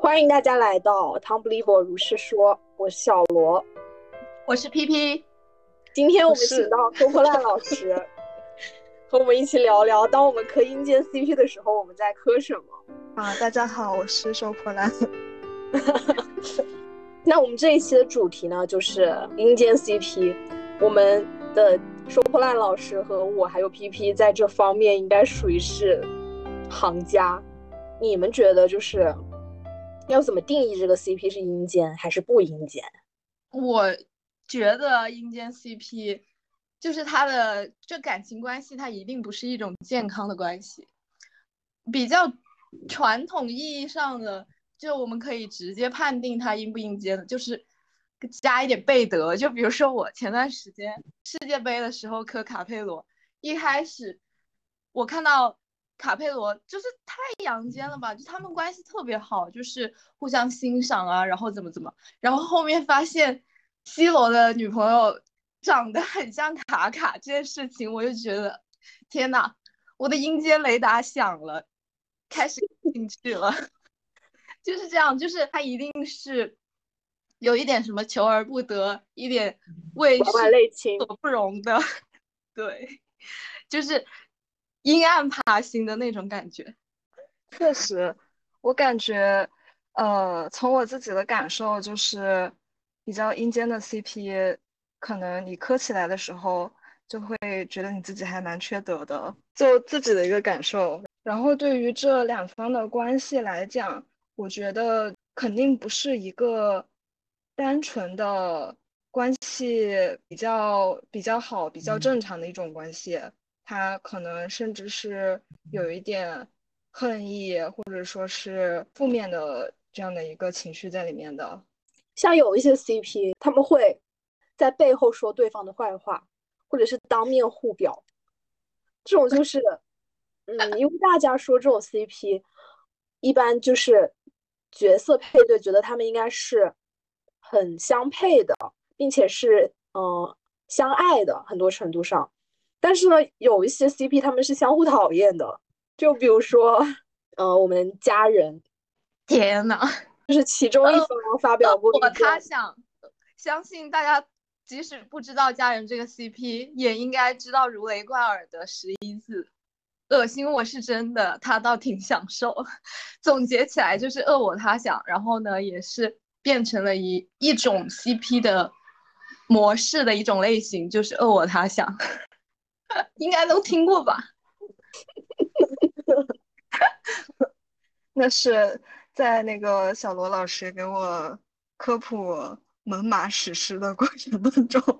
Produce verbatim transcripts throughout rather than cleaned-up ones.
欢迎大家来到汤不利伯如是说，我是小罗， 我是 P P。 今天我们请到收破烂老师和我们一起聊聊，当我们磕阴间 C P 的时候，我们在磕什么啊？大家好，我是收破烂。 那我们这一期的主题呢，就是阴间 C P。我们的收破烂老师和我还有 P P 在这方面应该属于是行家。你们觉得就是要怎么定义这个 C P 是阴间还是不阴间？ 我觉得阴间 C P 就是他的这感情关系，它一定不是一种健康的关系。比较传统意义上的，就我们可以直接判定它阴不阴间的，就是加一点贝德。就比如说我前段时间世界杯的时候磕卡佩罗，一开始我看到卡佩罗就是太阳间了吧，就他们关系特别好，就是互相欣赏啊，然后怎么怎么，然后后面发现 C 罗的女朋友长得很像卡卡，这件事情我就觉得天哪，我的阴间雷达响了，开始进去了。就是这样，就是他一定是有一点什么求而不得，一点为世所不容的，对，就是阴暗爬行的那种感觉。 确实，我感觉，呃，从我自己的感受，就是比较阴间的 C P，可能你磕起来的时候，就会觉得你自己还蛮缺德的，就自己的一个感受。然后对于这两方的关系来讲，我觉得肯定不是一个单纯的关系比较比较好、比较正常的一种关系，它可能甚至是有一点恨意，或者说是负面的这样的一个情绪在里面的。 像有一些 C P，他们会在背后说对方的坏话，或者是当面互表，这种就是，嗯，因为大家说这种 C P，一般就是角色配对，觉得他们应该是很相配的，并且是嗯、呃、相爱的，很多程度上。但是呢，有一些 C P 他们是相互讨厌的，就比如说，呃，我们家人， 天哪， 就是其中一方发表过一个， 我他想，相信大家即使不知道家人这个 C P，也应该知道如雷贯耳的十一字。恶心我是真的，他倒挺享受。总结起来就是恶我他想，然后呢，也是变成了一一种 C P 的模式的一种类型，就是恶我他想，应该都听过吧？ 那是在那个小罗老师给我科普猛犸史诗的过程当中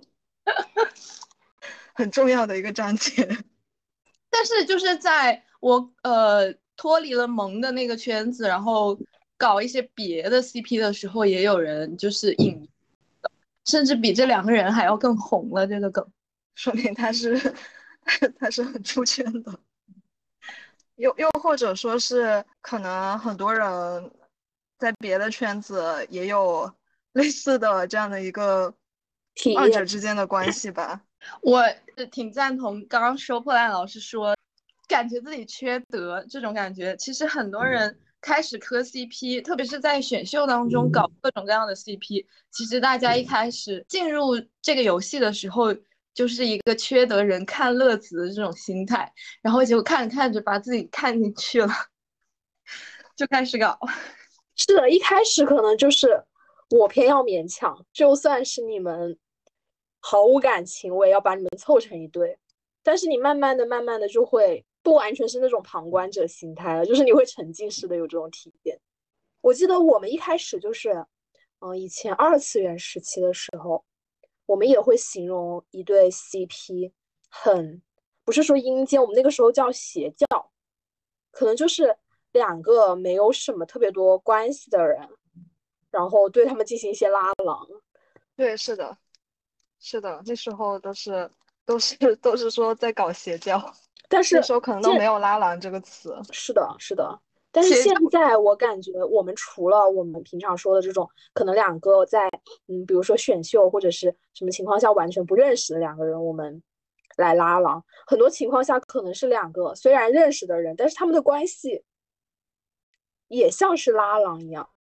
很重要的一个章节。 但是就是在我呃脱离了萌的那个圈子，然后搞一些别的 C P 的时候，也有人就是引，甚至比这两个人还要更红了这个梗， 说明他是他是很出圈的。又又或者说是可能很多人在别的圈子也有类似的这样的一个二者之间的关系吧。 我挺赞同刚刚收破烂老师说感觉自己缺德这种感觉。其实很多人开始磕 C P， 特别是在选秀当中搞各种各样的 C P， 其实大家一开始进入这个游戏的时候就是一个缺德人看乐子的这种心态，然后结果看着看着把自己看进去了，就开始搞。 是的，一开始可能就是我偏要勉强，就算是你们毫无感情，我也要把你们凑成一对。但是你慢慢的、慢慢的就会不完全是那种旁观者心态了，就是你会沉浸式的有这种体验。我记得我们一开始就是，嗯、呃，以前二次元时期的时候，我们也会形容一对 C P 很，不是说阴间，我们那个时候叫邪教，可能就是两个没有什么特别多关系的人，然后对他们进行一些拉郎。 对，是的，是的，那时候都是都是都是说在搞邪教， 但是那时候可能都没有拉郎这个词。 是的，是的。但是现在我感觉，我们除了我们平常说的这种，可能两个在嗯，比如说选秀或者是什么情况下完全不认识的两个人，我们来拉郎，很多情况下可能是两个虽然认识的人，但是他们的关系也像是拉郎一样。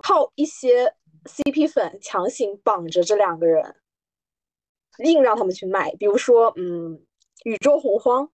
靠一些 C P 粉强行绑着这两个人，硬让他们去卖。比如说，嗯，宇宙洪荒，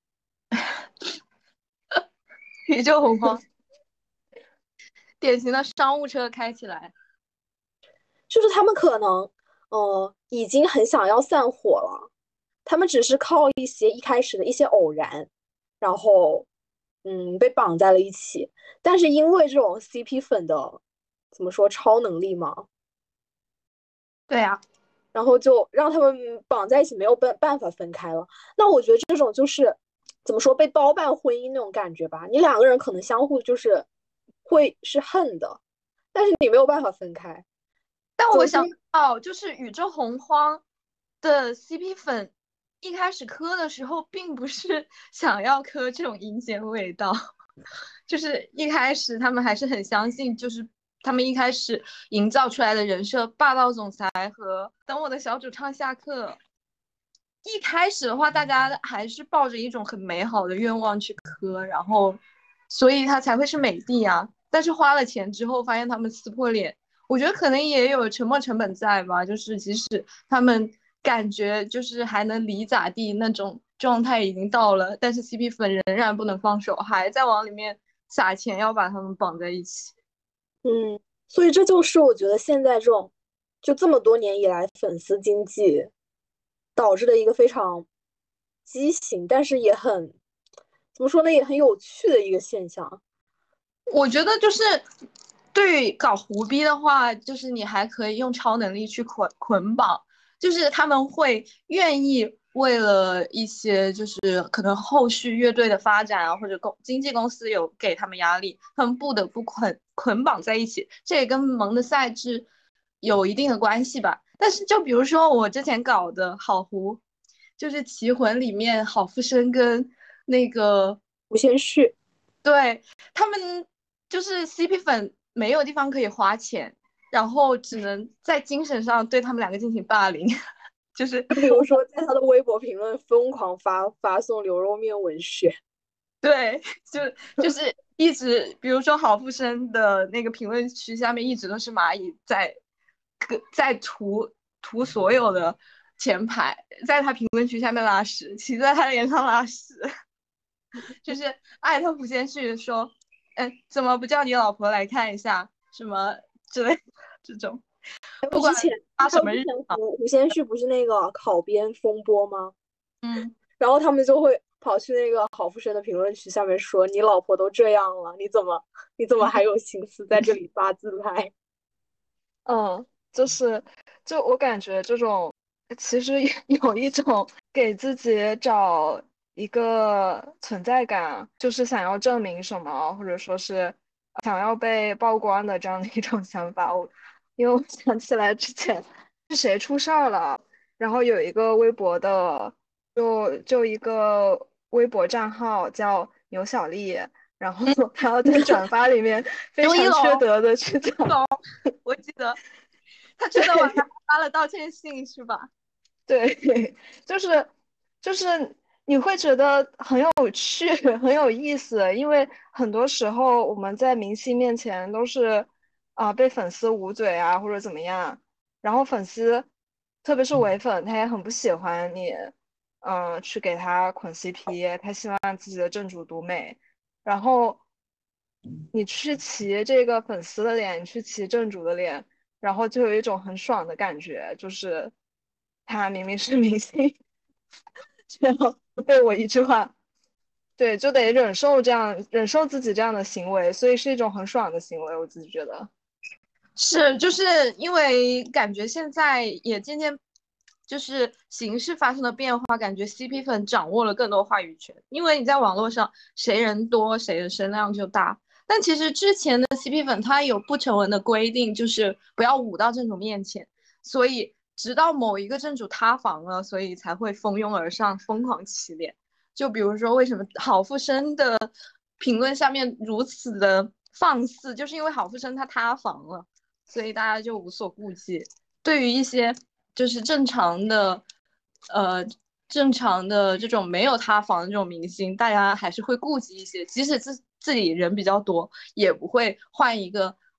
宇宙洪荒，典型的商务车开起来。 就是他们可能，呃，已经很想要散伙了，他们只是靠一些一开始的一些偶然，然后，嗯，被绑在了一起。但是因为这种 C P 粉的，怎么说超能力嘛， 对啊， 然后就让他们绑在一起，没有办办法分开了。那我觉得这种就是怎么说被包办婚姻那种感觉吧，你两个人可能相互就是会是恨的，但是你没有办法分开。 但我想到就是宇宙洪荒的 C P 粉一开始磕的时候，并不是想要磕这种阴间味道，就是一开始他们还是很相信，就是他们一开始营造出来的人设，霸道总裁和等我的小主唱下课。一开始的话，大家还是抱着一种很美好的愿望去磕，然后，所以他才会是美帝啊。但是花了钱之后，发现他们撕破脸，我觉得可能也有沉没成本在吧。就是即使他们感觉就是还能离咋地那种状态已经到了，但是 C P 粉仍然不能放手，还在往里面撒钱，要把他们绑在一起。 嗯，所以这就是我觉得现在这种就这么多年以来粉丝经济导致的一个非常畸形，但是也很怎么说呢，也很有趣的一个现象。 我觉得就是对于搞胡逼的话，就是你还可以用超能力去捆捆绑，就是他们会愿意为了一些就是可能后续乐队的发展啊，或者公经纪公司有给他们压力，他们不得不捆捆绑在一起，这也跟萌的赛制有一定的关系吧。但是就比如说我之前搞的好胡，就是棋魂里面郝富生跟那个无限续， 对，他们就是 C P 粉没有地方可以花钱，然后只能在精神上对他们两个进行霸凌，就是比如说在他的微博评论疯狂发发送牛肉面文学， 对，就就是一直，比如说郝富生的那个评论区下面一直都是蚂蚁在在涂涂所有的前排，在他评论区下面拉屎，骑在他脸上拉屎。就是艾特胡先煦说，嗯，怎么不叫你老婆来看一下，什么之类的这种，不管之前发什么日之前胡胡先煦不是那个考编风波吗？ 嗯， 然后他们就会跑去那个郝富生的评论区下面说：“你老婆都这样了，你怎么你怎么还有心思在这里发自拍？” 嗯，就是，就我感觉这种其实有一种给自己找一个存在感，就是想要证明什么，或者说是想要被曝光的这样的一种想法。我因为我想起来之前是谁出事儿了，然后有一个微博的，就就一个微博账号叫牛小丽，然后他要在转发里面非常缺德的去讲。 我记得他真的晚上发了道歉信是吧？ 对，就是就是你会觉得很有趣，很有意思，因为很多时候我们在明星面前都是啊、被粉丝捂嘴啊或者怎么样，然后粉丝特别是伪粉，他也很不喜欢你，嗯、去给他捆 C P，他希望自己的正主独美，然后你去骑这个粉丝的脸，你去骑正主的脸。然后就有一种很爽的感觉，就是他明明是明星，却要被我一句话，对，就得忍受这样，忍受自己这样的行为，所以是一种很爽的行为，我自己觉得。 是，就是因为感觉现在也渐渐就是形势发生了变化，感觉 C P 粉掌握了更多话语权，因为你在网络上谁人多谁的声量就大。但其实之前的 C P 粉它有不成文的规定，就是不要舞到正主面前，所以直到某一个正主塌房了，所以才会蜂拥而上，疯狂起脸。就比如说为什么郝富生的评论下面如此的放肆，就是因为郝富生他塌房了。所以大家就无所顾忌。对于一些就是正常的，呃，正常的这种没有塌房的这种明星，大家还是会顾及一些，即使自自己人比较多，也不会换一个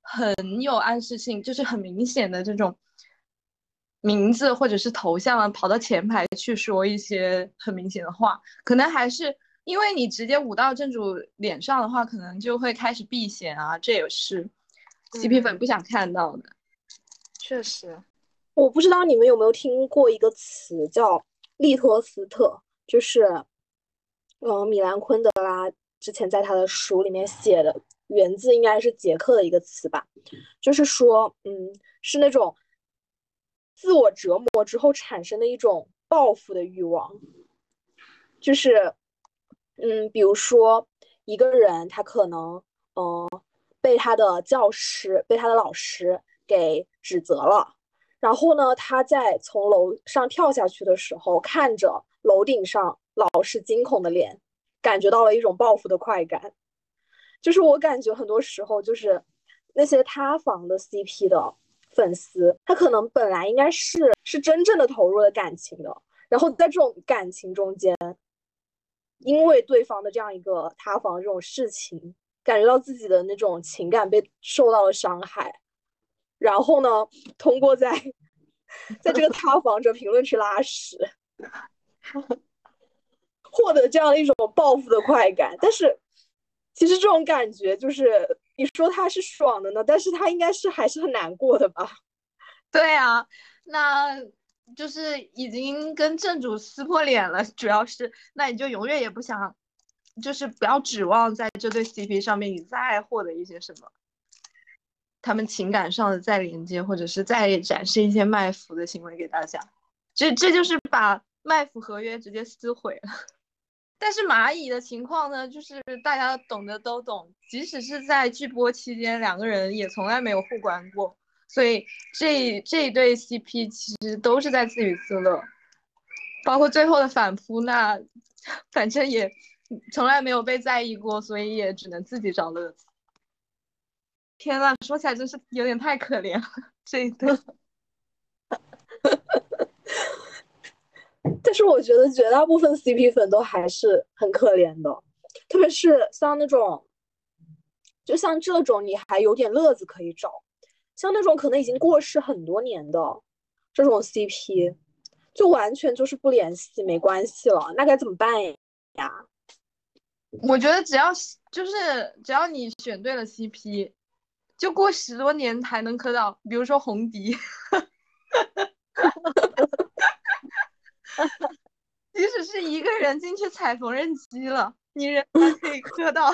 很有暗示性，就是很明显的这种名字或者是头像啊，跑到前排去说一些很明显的话，可能还是因为你直接舞到正主脸上的话，可能就会开始避嫌啊，这也是 C P 粉不想看到的。嗯、 确实， 我不知道你们有没有听过一个词叫利托斯特，就是呃米兰昆德拉之前在他的书里面写的，源自应该是捷克的一个词吧，就是说，嗯，是那种自我折磨之后产生的一种报复的欲望，就是，嗯，比如说一个人他可能，嗯、呃，被他的教师、被他的老师给指责了，然后呢，他在从楼上跳下去的时候，看着楼顶上老师惊恐的脸，感觉到了一种报复的快感。就是我感觉很多时候，就是那些塌房的 C P 的粉丝，他可能本来应该是是真正的投入了感情的，然后在这种感情中间，因为对方的这样一个塌房这种事情，感觉到自己的那种情感被受到了伤害，然后呢，通过在在这个塌房者评论区拉屎，获得这样的一种报复的快感。但是其实这种感觉就是你说他是爽的呢，但是他应该是还是很难过的吧？ 对啊，那就是已经跟正主撕破脸了，主要是那你就永远也不想，就是不要指望在这对 C P 上面你再获得一些什么，他们情感上的再连接，或者是再展示一些卖腐的行为给大家，这这就是把卖腐合约直接撕毁了。但是蚂蚁的情况呢，就是大家懂得都懂，即使是在剧播期间，两个人也从来没有互关过，所以这这一对 C P 其实都是在自娱自乐，包括最后的反扑，那反正也从来没有被在意过，所以也只能自己找乐子。天呐，说起来真是有点太可怜了，这一对。 但是我觉得绝大部分 C P 粉都还是很可怜的，特别是像那种，就像这种你还有点乐子可以找，像那种可能已经过世很多年的这种 C P，就完全就是不联系没关系了，那该怎么办呀？ 我觉得只要就是只要你选对了 C P，就过十多年还能磕到，比如说红迪。即使是一个人进去踩缝纫机了，你仍然可以磕到。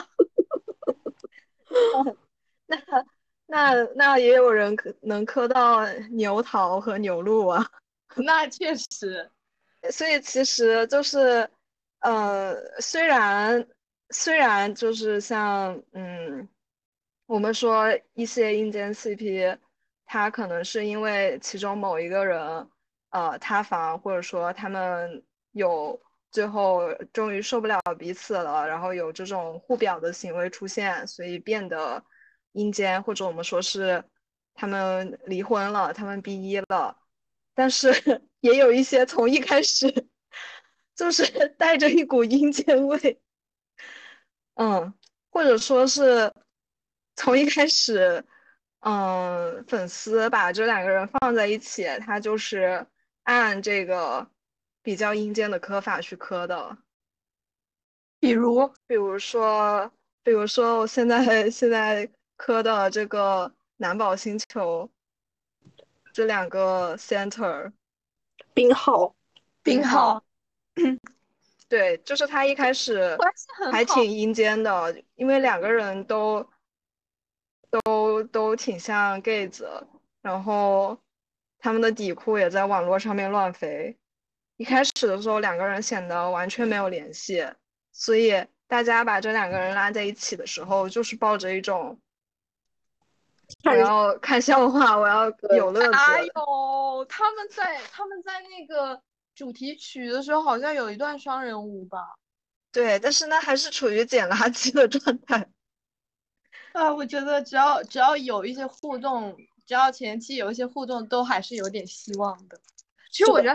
那那那也有人可能磕到牛桃和牛鹿啊。 那确实， 所以其实就是，呃，虽然虽然就是像嗯，我们说一些阴间 C P，他可能是因为其中某一个人呃塌房，或者说他们有最后终于受不了彼此了，然后有这种互表的行为出现，所以变得阴间，或者我们说是他们离婚了，他们 B 一了。但是也有一些从一开始就是带着一股阴间味，嗯，或者说是从一开始，嗯，粉丝把这两个人放在一起，他就是按这个比较阴间的磕法去磕的。 比如比如说，比如说我现在现在磕的这个南宝星球这两个 center 冰号， 冰号。 冰号对，就是他一开始关系很还好， 挺阴间的，因为两个人都都都挺像 gay 子，然后他们的底裤也在网络上面乱飞。一开始的时候，两个人显得完全没有联系，所以大家把这两个人拉在一起的时候，就是抱着一种我看要看笑话，我要对， 有乐子。 哎呦，他们在他们在那个主题曲的时候，好像有一段双人舞吧？ 对，但是那还是处于捡垃圾的状态。 啊，我觉得只要只要有一些互动，只要前期有一些互动，都还是有点希望的。其实是的， 我觉得，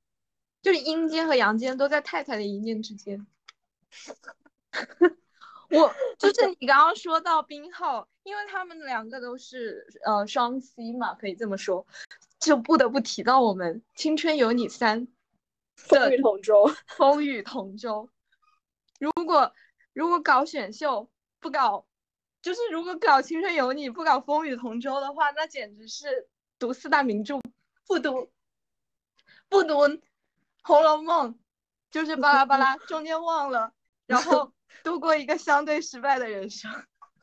就是阴间和阳间都在太太的一念之间。 我就是你刚刚说到冰浩，因为他们两个都是呃双 C 嘛，可以这么说，就不得不提到我们《青春有你三》 风雨同舟， 风雨同舟。如果如果搞选秀不搞，就是如果搞青春有你不搞风雨同舟的话，那简直是读四大名著不读不读《红楼梦》，就是巴拉巴拉中间忘了，然后度过一个相对失败的人生。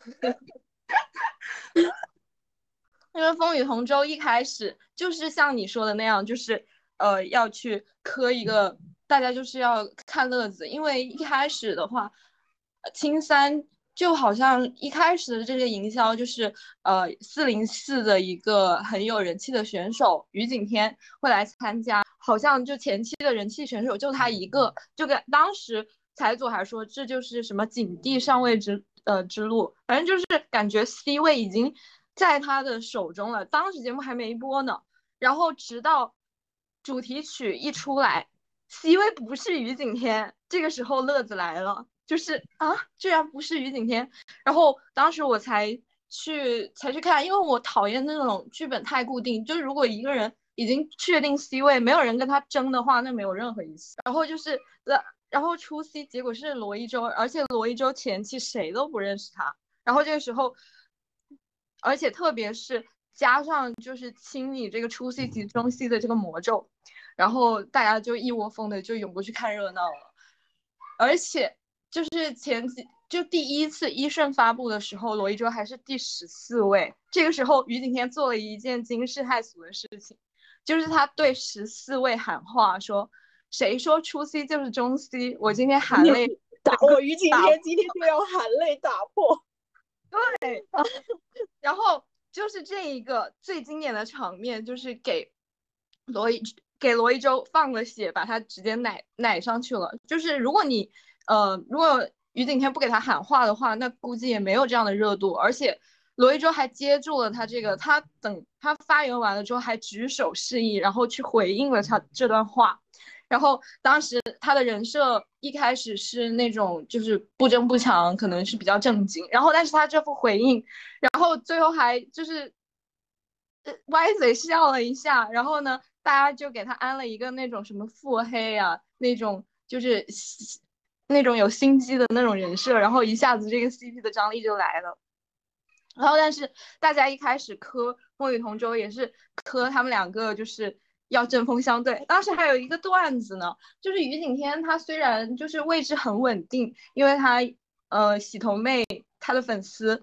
因为风雨同舟一开始就是像你说的那样，就是呃要去磕一个，大家就是要看乐子。因为一开始的话，青三就好像一开始的这个营销就是呃四零四的一个很有人气的选手于景天会来参加，好像就前期的人气选手就他一个，就跟当时财组还说这就是什么景帝上位之呃之路，反正就是感觉 C 位已经在他的手中了。当时节目还没播呢，然后直到主题曲一出来 ，C 位不是于景天，这个时候乐子来了，就是啊，居然不是于景天。然后当时我才去才去看，因为我讨厌那种剧本太固定，就是如果一个人已经确定 C 位，没有人跟他争的话，那没有任何意思。然后就是然后出 C 结果是罗一舟，而且罗一舟前期谁都不认识他。然后这个时候，而且特别是加上就是清理这个出 C 及中 C 的这个魔咒，然后大家就一窝蜂的就涌过去看热闹了。而且就是前几就第一次一顺发布的时候，罗一舟还是第十四位。这个时候于景天做了一件惊世骇俗的事情，就是他对十四位喊话说：“谁说出 C 就是中 C？ 我今天含泪打我于景天今天就要含泪打破。” 对，然后就是这一个最经典的场面，就是给罗一给罗一舟放了血，把他直接奶奶上去了。就是如果你呃，如果于景天不给他喊话的话，那估计也没有这样的热度。而且罗一舟还接住了他这个，他等他发言完了之后还举手示意，然后去回应了他这段话。然后当时他的人设一开始是那种就是不争不抢，可能是比较正经，然后但是他这副回应，然后最后还就是歪嘴笑了一下，然后呢，大家就给他安了一个那种什么腹黑啊，那种就是那种有心机的那种人设，然后一下子这个 C P 的张力就来了。然后但是大家一开始磕风雨同舟也是磕他们两个就是要针锋相对。当时还有一个段子呢，就是于景天他虽然就是位置很稳定，因为他呃洗头妹他的粉丝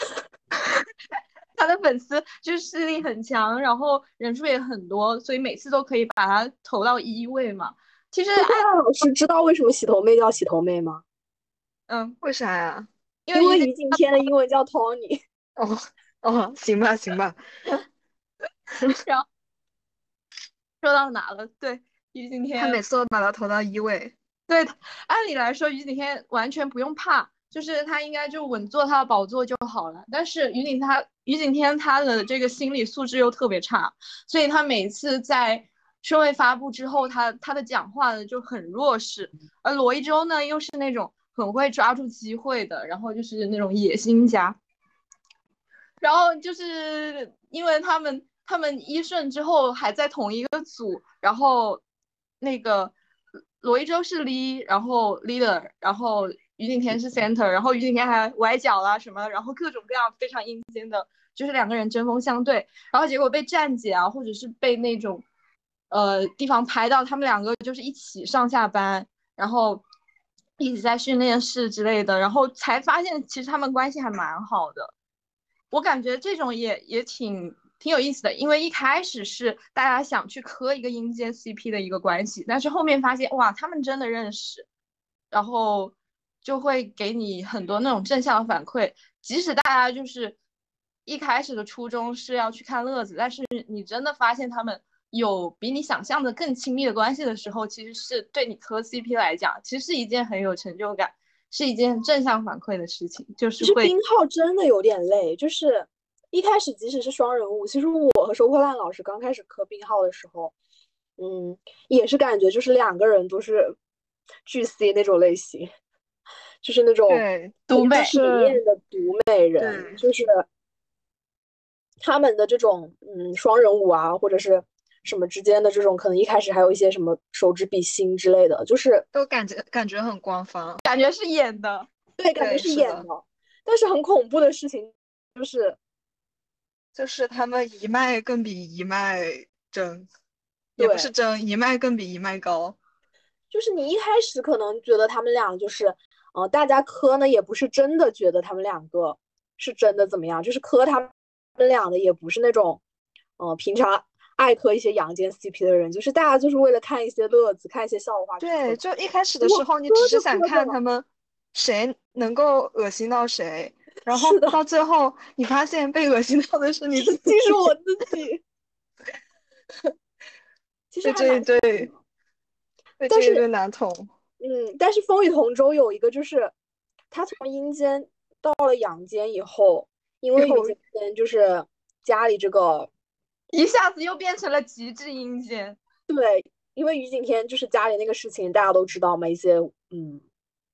他的粉丝就是势力很强，然后人数也很多，所以每次都可以把他投到一位嘛。其实艾老师知道为什么洗头妹叫洗头妹吗？ 嗯， 为啥呀？ 因为因为于景天的英文叫 Tony。 哦哦，行吧行吧。 然后说到哪了？对，于景天他每次都把他投到一位。 对，按理来说于景天完全不用怕，就是他应该就稳坐他的宝座就好了。但是于景他于景天他的这个心理素质又特别差，所以他每次在顺位发布之后，他他的讲话呢就很弱势。而罗一舟呢又是那种很会抓住机会的，然后就是那种野心家。然后就是因为他们他们一顺之后还在同一个组，然后那个罗一舟是 lead，然后 leader，然后于景天是 center，然后于景天还崴脚啦什么，然后各种各样非常阴间的，就是两个人针锋相对，然后结果被站姐啊，或者是被那种呃地方拍到他们两个就是一起上下班，然后一起在训练室之类的，然后才发现其实他们关系还蛮好的。我感觉这种也也挺挺有意思的，因为一开始是大家想去磕一个阴间 C P 的一个关系，但是后面发现哇，他们真的认识，然后就会给你很多那种正向的反馈。即使大家就是一开始的初衷是要去看乐子，但是你真的发现他们有比你想象的更亲密的关系的时候，其实是对你磕 C P 来讲，其实是一件很有成就感，是一件正向反馈的事情，就是会。 其实冰号真的有点累，就是一开始即使是双人物，其实我和收破烂老师刚开始磕冰号的时候，嗯，也是感觉就是两个人都是巨 C 那种类型， 就是那种对， 独美是体面的独美人， 对就是他们的这种嗯双人舞啊，或者是什么之间的这种，可能一开始还有一些什么手指比心之类的，就是都感觉感觉很官方。 感觉是演的。 对，感觉对， 是演是的， 的。但是很恐怖的事情就是， 就是他们一脉更比一脉真，也不是对， 真，一脉更比一脉高。 就是你一开始可能觉得他们俩就是，呃，大家磕呢也不是真的觉得他们两个是真的怎么样，就是磕他们俩的也不是那种，呃，平常爱磕一些阳间 C P 的人，就是大家就是为了看一些乐子，看一些笑话去磕对， 的。 就一开始的结果时候，你只磕着是想磕着， 看他们谁能够恶心到谁，然后是的， 到最后你发现被恶心到的是你自己。 其实我自己其实被这一还蛮惨对的。 被但是这一对男童。 嗯，但是风雨同舟有一个就是，他从阴间到了阳间以后，因为雨又景天就是家里这个， 一下子又变成了极致阴间。 对，因为于景天就是家里那个事情大家都知道嘛，一些嗯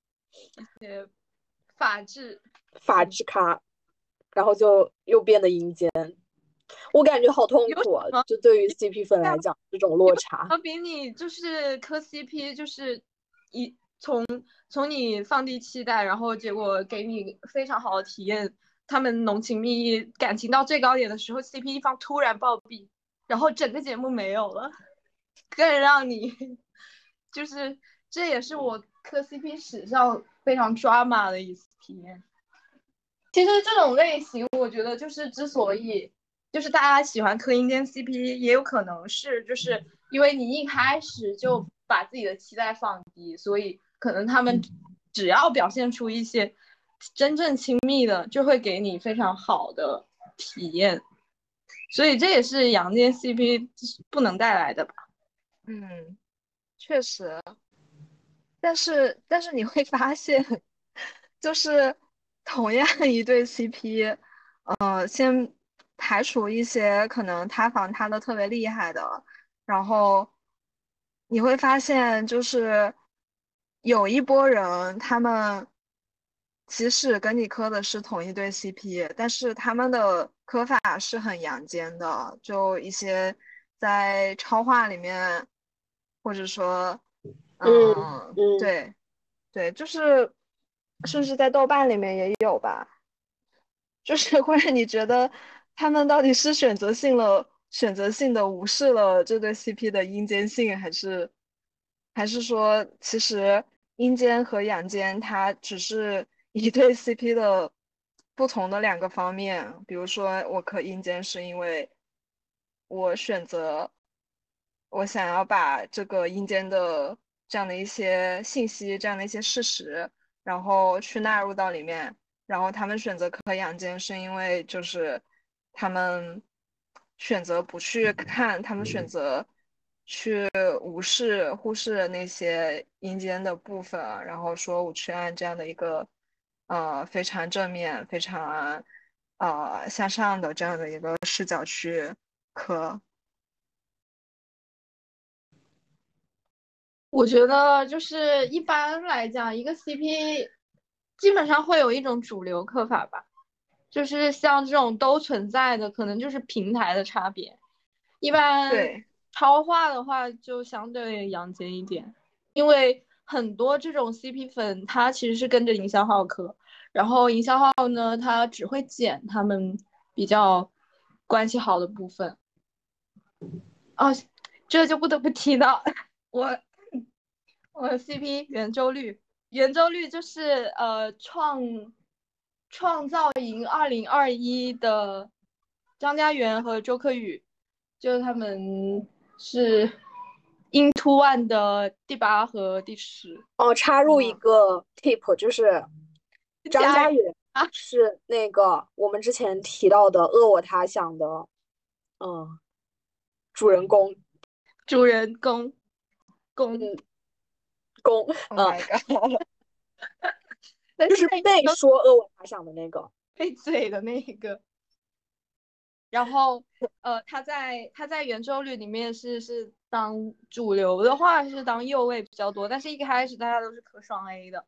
法治。 法制咖，然后就又变得阴间，我感觉好痛有什苦啊！ 么就对于 C P 粉来讲，这种落差， 比你就是磕 C P 就是一从从你放低期待，然后结果给你非常好的体验，他们浓情蜜意，感情到最高点的时候，C P 一方突然暴毙，然后整个节目没有了，更让你就是这也是我磕 C P 史上非常 drama 的一次体验。其实这种类型，我觉得就是之所以就是大家喜欢磕阴间 C P，也有可能是就是因为你一开始就把自己的期待放低，所以可能他们只要表现出一些真正亲密的，就会给你非常好的体验。所以这也是阳间 C P 不能带来的吧。 嗯，确实。但是但是你会发现，就是同样一对 C P，呃，先排除一些可能塌房塌的特别厉害的，然后你会发现，就是有一波人，他们即使跟你磕的是同一对 C P，但是他们的磕法是很阳间的，就一些在超话里面，或者说。 嗯嗯， 嗯， 对，对，就是甚至在豆瓣里面也有吧，就是会让你觉得他们到底是选择性了选择性的无视了这对 C P 的阴间性，还是还是说其实阴间和阳间它只是一对 C P 的不同的两个方面。比如说我磕阴间是因为我选择我想要把这个阴间的这样的一些信息，这样的一些事实，然后去纳入到里面。然后他们选择磕阳间，是因为就是他们选择不去看，他们选择去无视、忽视那些阴间的部分，然后说我去按这样的一个呃非常正面、非常呃向上的这样的一个视角去磕。 我觉得就是一般来讲，一个 C P 基本上会有一种主流刻法吧，就是像这种都存在的，可能就是平台的差别。一般对， 超话的话就相对阳间一点，因为很多这种 C P 粉他其实是跟着营销号磕，然后营销号呢他只会剪他们比较关系好的部分。哦，这就不得不提到我我的 C P 圆周率，圆周率就是呃创创造营二零二一的张家元和周柯宇，就他们是 Into One 的第八和第十。 哦，插入一嗯， 个 tip，就是张加油家元啊！ 是那个我们之前提到的《恶我他想》的，嗯，主人公， 主人公公， 嗯，公， Oh 嗯， my god， 但就是是他有被说恶我他想的那个， 被嘴的那个。然后呃，他在他在圆周率里面是是当主流的话是当右位比较多，但是一开始大家都是磕双 A 的，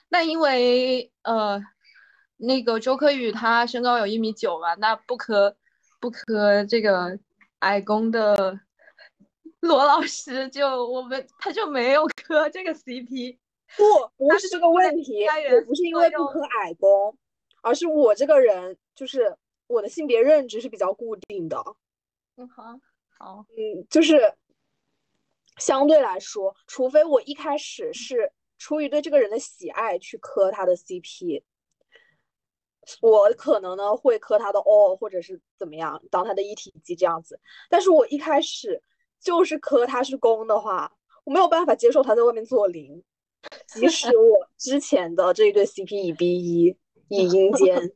那因为呃，那个周柯宇他身高有一米九嘛，那不磕不磕这个矮攻的罗老师就我们他就没有磕这个 C P。 不，不是这个问题，我不是因为不磕矮攻，而是我这个人就是我的性别认知是比较固定的。 嗯，好，好， 嗯，就是相对来说，除非我一开始是出于对这个人的喜爱去磕他的 C P，我可能呢会磕他的 all 或者是怎么样，当他的一体机这样子。但是我一开始就是磕他是攻的话，我没有办法接受他在外面做零。即使我之前的这一对 C P 以 B 一以阴间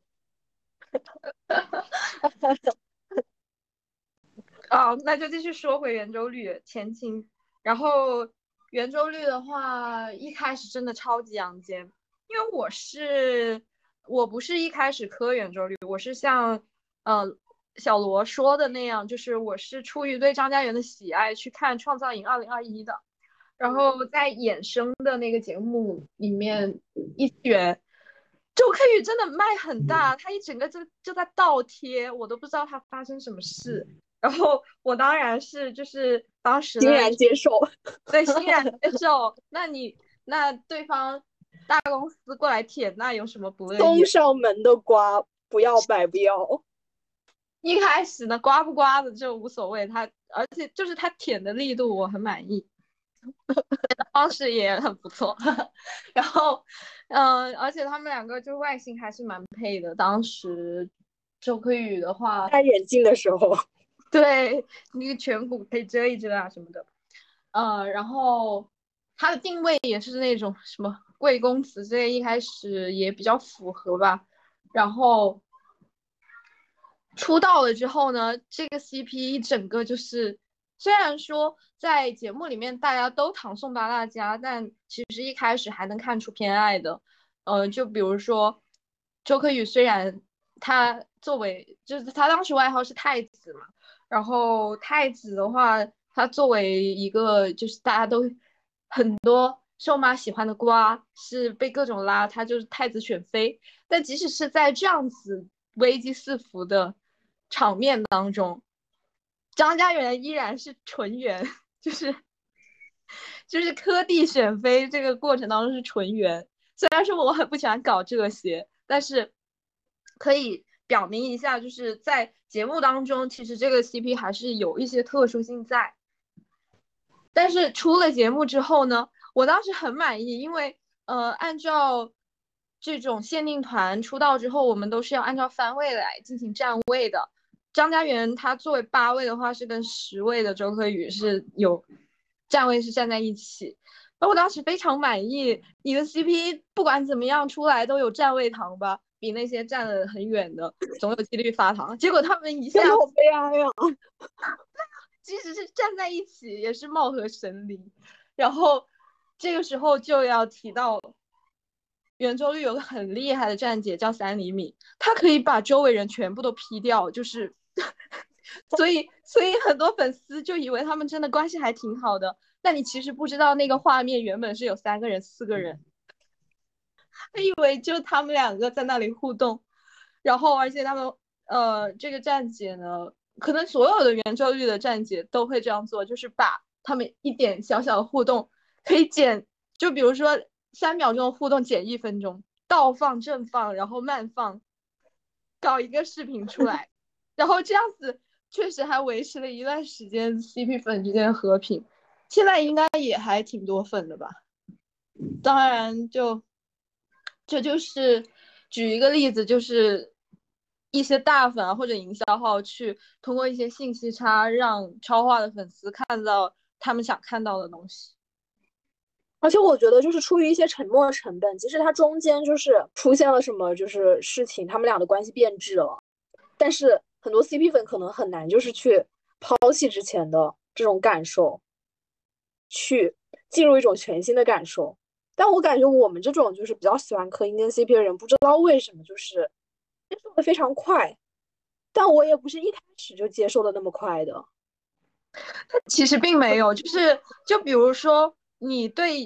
哦，那就继续说回圆周率前情。然后圆周率的话，一开始真的超级阳间，因为我是我不是一开始磕圆周率，我是像呃小罗说的那样，就是我是出于对张家元的喜爱去看《创造营二零二一》的，然后在衍生的那个节目里面一元。周柯宇真的麦很大，他一整个就就在倒贴，我都不知道他发生什么事。然后我当然是就是当时欣然接受， 对，欣然接受。那你那对方大公司过来舔，那有什么不乐意？ 送上门的瓜，不要白不要。 一开始呢，刮不刮的就无所谓，他而且就是他舔的力度我很满意，方式也很不错。然后，嗯、呃，而且他们两个就外形还是蛮配的。当时周柯宇的话， 戴眼镜的时候， 对，那个颧骨可以遮一遮啊什么的。呃，然后他的定位也是那种什么贵公子这些，一开始也比较符合吧。然后出道了之后呢，这个 C P 一整个就是，虽然说在节目里面大家都唐宋八大家，但其实一开始还能看出偏爱的。呃，就比如说周柯宇，虽然他作为就是他当时外号是太子嘛，然后太子的话，他作为一个就是大家都很多瘦妈喜欢的瓜，是被各种拉，他就是太子选妃。但即使是在这样子危机四伏的场面当中，张家元依然是纯元，就是就是磕地选妃这个过程当中是纯元。虽然说我很不喜欢搞这些，但是可以表明一下，就是在节目当中，其实这个 C P 还是有一些特殊性在。但是出了节目之后呢，我当时很满意，因为呃，按照这种限定团出道之后，我们都是要按照番位来进行站位的。张家元他作为八位的话，是跟十位的周柯宇是有站位是站在一起。然后我当时非常满意，你的 C P 不管怎么样出来都有站位糖吧，比那些站得很远的总有几率发糖。结果他们一下好悲哀呀！ 即使是站在一起，也是貌合神离。然后这个时候就要提到圆周率有个很厉害的站姐叫三厘米，她可以把周围人全部都劈掉，就是所以所以很多粉丝就以为他们真的关系还挺好的，但你其实不知道那个画面原本是有三个人四个人，还以为就他们两个在那里互动。然后而且他们呃这个站姐呢，可能所有的圆周率的站姐都会这样做，就是把他们一点小小的互动可以剪，就比如说三秒钟的互动剪一分钟，倒放正放然后慢放，搞一个视频出来。然后这样子确实还维持了一段时间 C P 粉之间的和平，现在应该也还挺多粉的吧。当然就这就是举一个例子，就是一些大粉啊或者营销号去通过一些信息差让超话的粉丝看到他们想看到的东西。 而且我觉得就是出于一些沉没成本，即使它中间就是出现了什么就是事情，他们俩的关系变质了，但是很多 C P 粉可能很难就是去抛弃之前的这种感受，去进入一种全新的感受。但我感觉我们这种就是比较喜欢磕阴间 C P 的人，不知道为什么就是接受的非常快，但我也不是一开始就接受的那么快的。 其实并没有，就是就比如说你对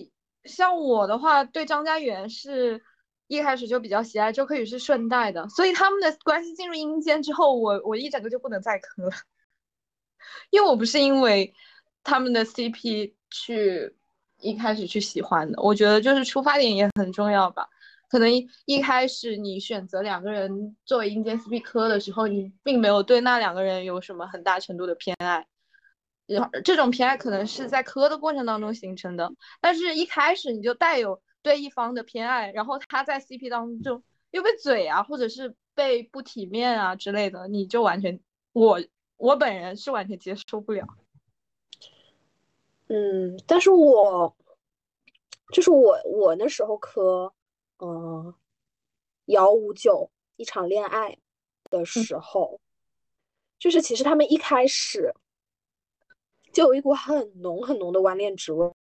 像我的话，对张家元是一开始就比较喜爱，周柯宇是顺带的，所以他们的关系进入阴间之后，我我一整个就不能再磕了，因为我不是因为他们的 C P 去一开始去喜欢的，我觉得就是出发点也很重要吧。可能一一开始你选择两个人作为阴间 C P 磕的时候，你并没有对那两个人有什么很大程度的偏爱，这种偏爱可能是在磕的过程当中形成的，但是一开始你就带有对一方的偏爱，然后他在 C P 当中又被嘴啊，或者是被不体面啊之类的，你就完全我我本人是完全接受不了。 嗯，但是我就是我我那时候磕，嗯，幺五九一场恋爱的时候，就是其实他们一开始就有一股很浓很浓的弯恋之味，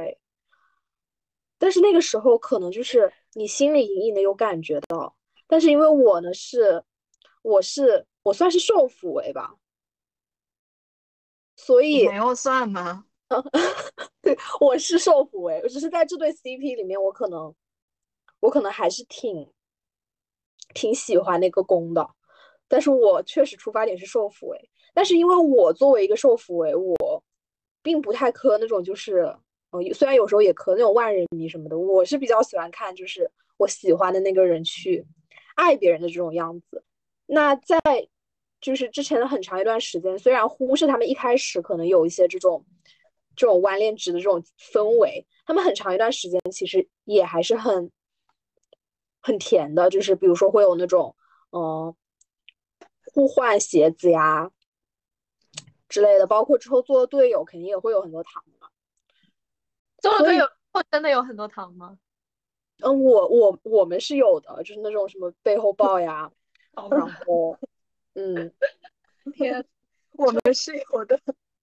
但是那个时候可能就是你心里隐隐的有感觉到，但是因为我呢是我是我算是受抚为吧，所以没有算吗？ 对我是受抚为，只是在这对 C P 里面，我可能我可能还是挺挺喜欢那个攻的，但是我确实出发点是受抚为，但是因为我作为一个受抚为，我并不太磕那种就是，呃，虽然有时候也磕那种万人迷什么的，我是比较喜欢看就是我喜欢的那个人去爱别人的这种样子。那在就是之前的很长一段时间，虽然忽视他们一开始可能有一些这种这种弯恋值的这种氛围，他们很长一段时间其实也还是很很甜的，就是比如说会有那种嗯、呃互换鞋子呀之类的，包括之后做队友肯定也会有很多糖嘛。所以做了队友真的有很多糖吗？ 嗯，我我我们是有的，就是那种什么背后抱呀，然后嗯， 天， 我们是有的。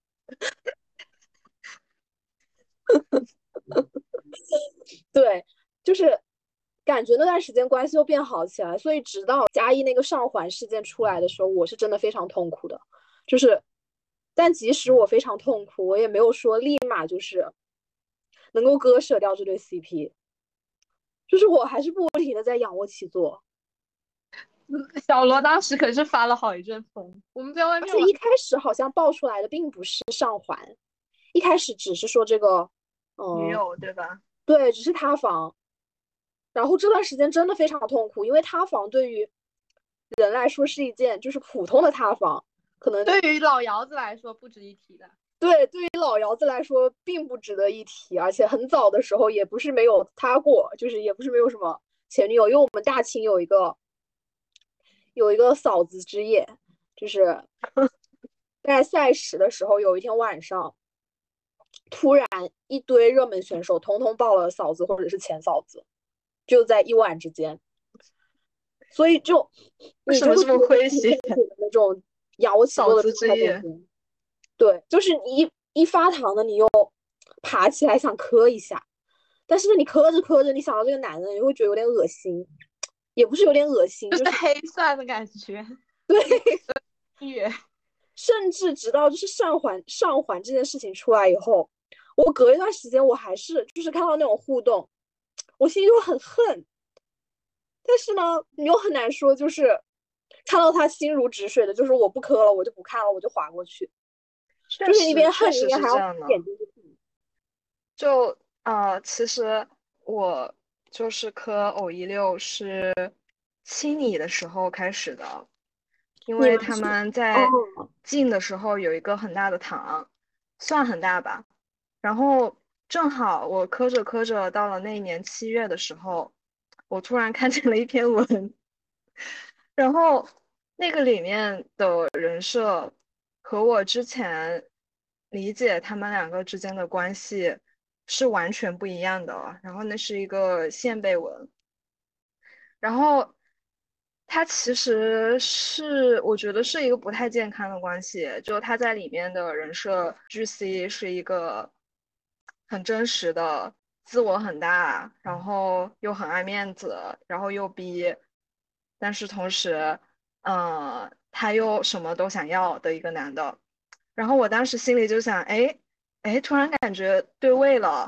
对，就是感觉那段时间关系又变好起来，所以直到嘉义那个上环事件出来的时候，我是真的非常痛苦的。就是，但即使我非常痛苦，我也没有说立马就是能够割舍掉这对 C P，就是我还是不停的在仰卧起坐。 小罗当时可是发了好一阵疯，我们在外面玩。 而且一开始好像爆出来的并不是上环，一开始只是说这个，嗯， 女友对吧？ 对，只是塌房。然后这段时间真的非常痛苦，因为塌房对于人来说是一件就是普通的塌房，可能对于老姚子来说不值一提的。 对对于老姚子来说并不值得一提，而且很早的时候也不是没有塌过，就是也不是没有什么前女友，因为我们大清有一个有一个嫂子之夜，就是在赛时的时候，有一天晚上，突然一堆热门选手通通报了嫂子或者是前嫂子，就在一晚之间，所以就为什么这么你就会觉得诙谐？ 挺痛苦的那种仰卧起嫂坐的状子之夜。 态中间。对，就是你一一发糖的，你又爬起来想磕一下，但是你磕着磕着，你想到这个男的，你会觉得有点恶心，也不是有点恶心， 就是就是黑蒜的感觉。 对， 月甚至直到就是上环上环这件事情出来以后，我隔一段时间我还是就是看到那种互动，我心里就很恨，但是呢，你又很难说，就是看到他心如止水的，就是我不磕了，我就不看了，我就划过去， 确就是你一边恨，你一实确实边还要是这样的。 点进去看。 就呃，其实我就是磕偶一六是清理的时候开始的，因为他你们是们在哦， 进的时候有一个很大的堂，算很大吧。然后正好我磕着磕着，到了那一年七月的时候，我突然看见了一篇文，然后那个里面的人设和我之前理解他们两个之间的关系是完全不一样的。然后那是一个现辈文，然后他其实是我觉得是一个不太健康的关系，就他在里面的人设 G C 是一个很真实的，自我很大，然后又很爱面子，然后又逼，但是同时，呃，他又什么都想要的一个男的。然后我当时心里就想，哎哎，突然感觉对位了。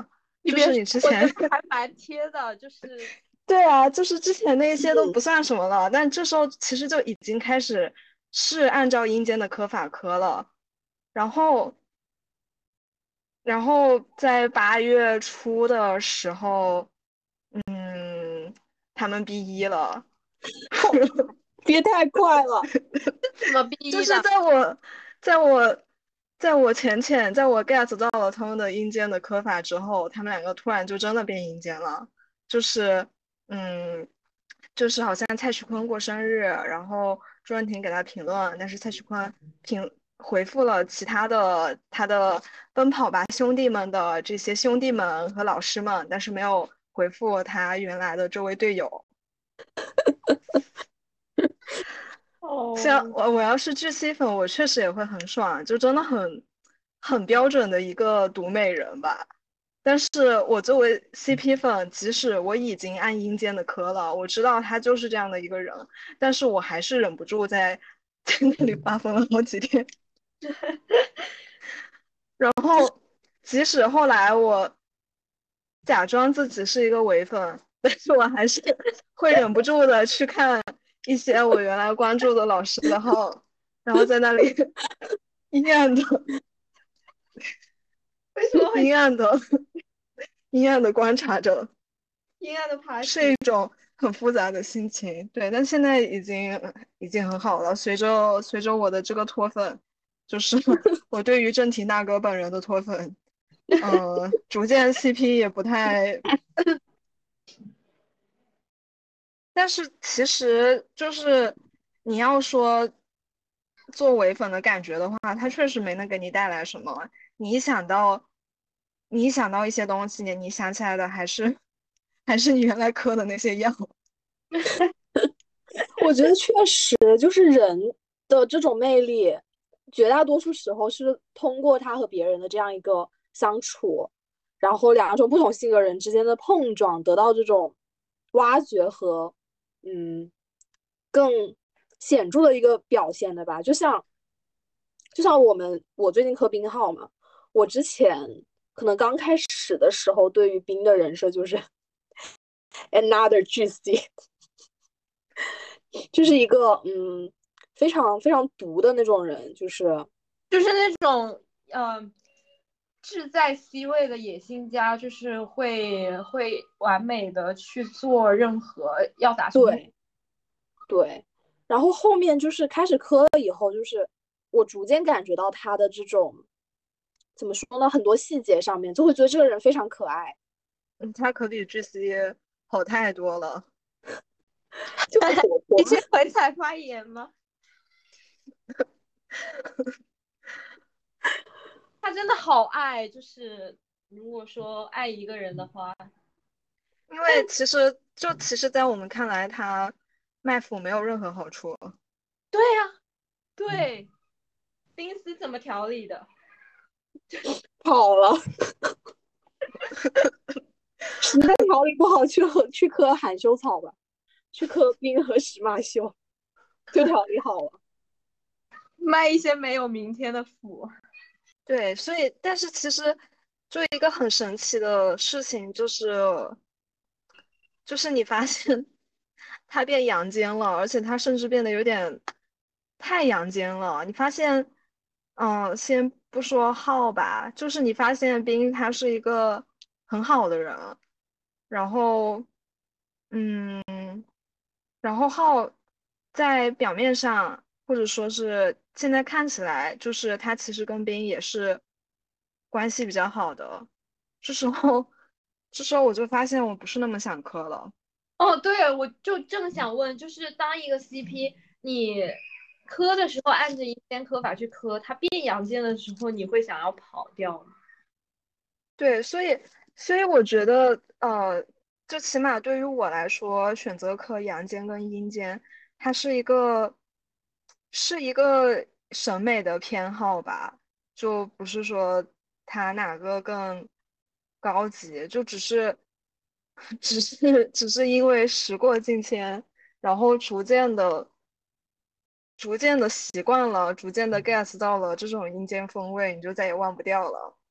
就是你之前还蛮贴的，就是对啊，就是之前那些都嗯不算什么了，但这时候其实就已经开始是按照阴间的科法科了，然后。然后在八月初的时候，嗯，他们 B 一了， 别太快了。 怎么逼就是的？ 在我，在我，在我浅浅，在我 get 到了他们的阴间的科法之后，他们两个突然就真的变阴间了，就是，嗯，就是好像蔡徐坤过生日，然后朱文婷给他评论，但是蔡徐坤评回复了其他的他的奔跑吧兄弟们的这些兄弟们和老师们，但是没有回复他原来的这位队友。虽然哦， 我我要是巨 C 粉，我确实也会很爽，就真的很很标准的一个独美人吧。但是我作为 C P 粉，即使我已经按阴间的磕了，我知道他就是这样的一个人，但是我还是忍不住在在那里发疯了好几天。然后即使后来我假装自己是一个伪粉，但是我还是会忍不住的去看一些我原来关注的老师的号，然后在那里阴暗的、 为什么会阴暗的、阴暗的观察着， 阴暗的爬行？ 是一种很复杂的心情。对，但现在已经已经很好了。随着随着我的这个脱粉，就是我对于正廷大哥本人的脱粉，呃，逐渐 C P 也不太。但是其实就是你要说做伪粉的感觉的话，它确实没能给你带来什么。你一想到，你一想到一些东西，你想起来的还是还是你原来磕的那些药。 我觉得确实就是人的这种魅力，绝大多数时候是通过他和别人的这样一个相处，然后两种不同性格人之间的碰撞，得到这种挖掘和嗯更显著的一个表现的吧。就像就像我们我最近磕冰号嘛，我之前可能刚开始的时候，对于冰的人设就是 another G C，就是一个嗯非常非常毒的那种人，就是就是那种嗯、呃志在 C 位的野心家，就是会会完美的去做任何要达成目。 对对。然后后面就是开始磕了以后，就是我逐渐感觉到他的这种怎么说呢，很多细节上面就会觉得这个人非常可爱， 嗯，它可比 G C 好太多了。 就很活泼。 一些回踩发言吗？他真的好爱，就是如果说爱一个人的话， 因为其实就其实，在我们看来，他卖腐没有任何好处。 对呀、啊，对，冰丝怎么调理的？ 跑了，实在调理不好，去喝去磕含羞草吧，去磕冰和石马修，就调理好了。 卖一些没有明天的腐。 对，所以但是其实就一个很神奇的事情就是，就是你发现他变阳间了，而且他甚至变得有点太阳间了。你发现，嗯，先不说浩吧，就是你发现冰他是一个很好的人，然后，嗯。然后浩在表面上，或者说是现在看起来，就是他其实跟冰也是关系比较好的。这时候，这时候我就发现我不是那么想磕了。 哦，对，我就正想问，就是当一个 C P，你磕的时候按着阴间磕法去磕，它变阳间的时候，你会想要跑掉吗？ 对，所以，所以我觉得，呃，就起码对于我来说，选择磕阳间跟阴间，它是一个，是一个审美的偏好吧，就不是说它哪个更高级，就只是，只是，只是因为时过境迁，然后逐渐的。逐渐的习惯了，逐渐的 get 到了这种阴间风味，你就再也忘不掉了。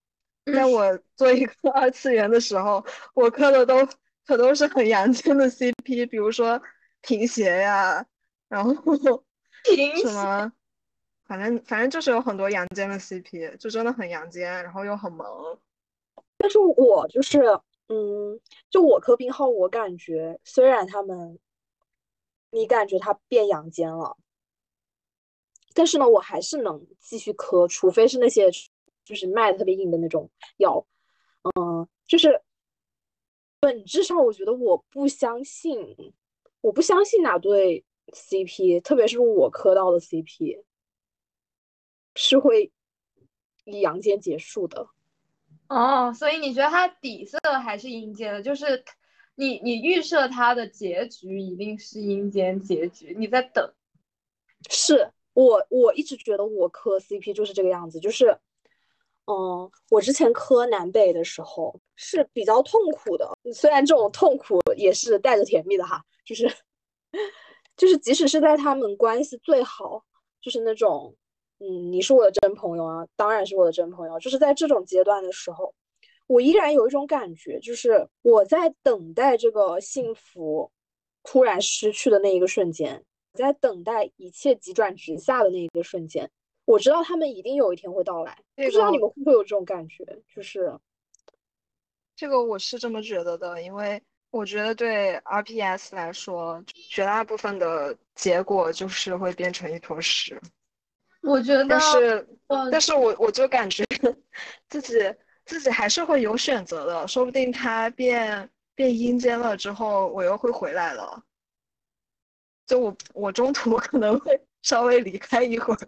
在我做一个二次元的时候，我磕的都可都是很阳间的 C P，比如说平鞋呀，然后平时什么，反正反正就是有很多阳间的 C P，就真的很阳间，然后又很萌。 但是我就是，嗯，就我磕冰号，我感觉虽然他们，你感觉他变阳间了，但是呢，我还是能继续磕，除非是那些就是卖的特别硬的那种药，就是本质上我觉得我不相信，我不相信哪对 C P，特别是我磕到的 C P 是会以阳间结束的。 哦，所以你觉得它底色还是阴间的，就是你你预设它的结局一定是阴间结局，你在等。 是我我一直觉得我磕 C P 就是这个样子，就是嗯，我之前磕南北的时候是比较痛苦的，虽然这种痛苦也是带着甜蜜的哈，就是就是即使是在他们关系最好，就是那种嗯，你是我的真朋友啊，当然是我的真朋友，就是在这种阶段的时候，我依然有一种感觉，就是我在等待这个幸福突然失去的那一个瞬间，在等待一切急转直下的那一个瞬间，我知道他们一定有一天会到来。不知道你这个们会不会有这种感觉？就是这个我是这么觉得的，因为我觉得对 R P S 来说，绝大部分的结果就是会变成一坨屎。 我觉得但是， 我但是我我就感觉自己自己还是会有选择的，说不定它变变阴间了之后，我又会回来了。就我我中途可能会稍微离开一会儿。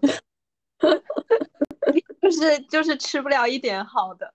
就是就是吃不了一点好的。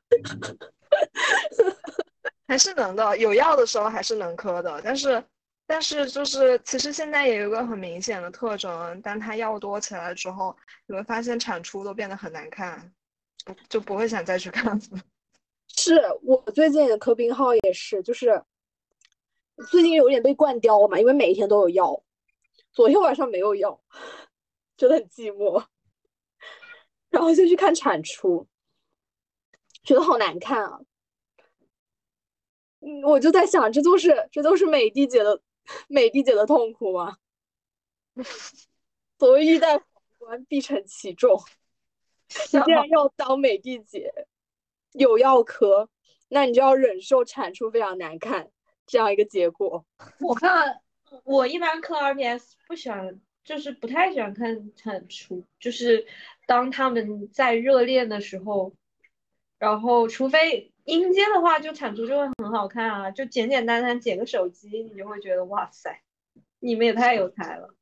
还是能的，有药的时候还是能磕的，但是但是就是其实现在也有一个很明显的特征，当它药多起来之后，你会发现产出都变得很难看，不就不会想再去看了。 是我最近的磕冰号也是，就是最近有点被灌雕了嘛，因为每一天都有药，昨天晚上没有药，觉得很寂寞，然后就去看产出，觉得好难看啊。嗯，我就在想，这都是这都是美帝姐的美帝姐的痛苦吗？所谓欲戴皇冠，必承其重。你既然要当美帝姐，有药科，那你就要忍受产出非常难看这样一个结果。 我看我一般磕 R P S 不喜欢，就是不太喜欢看产出，就是当他们在热恋的时候，然后除非阴间的话，就产出就会很好看啊，就简简单单捡个手机，你就会觉得哇塞，你们也太有才了。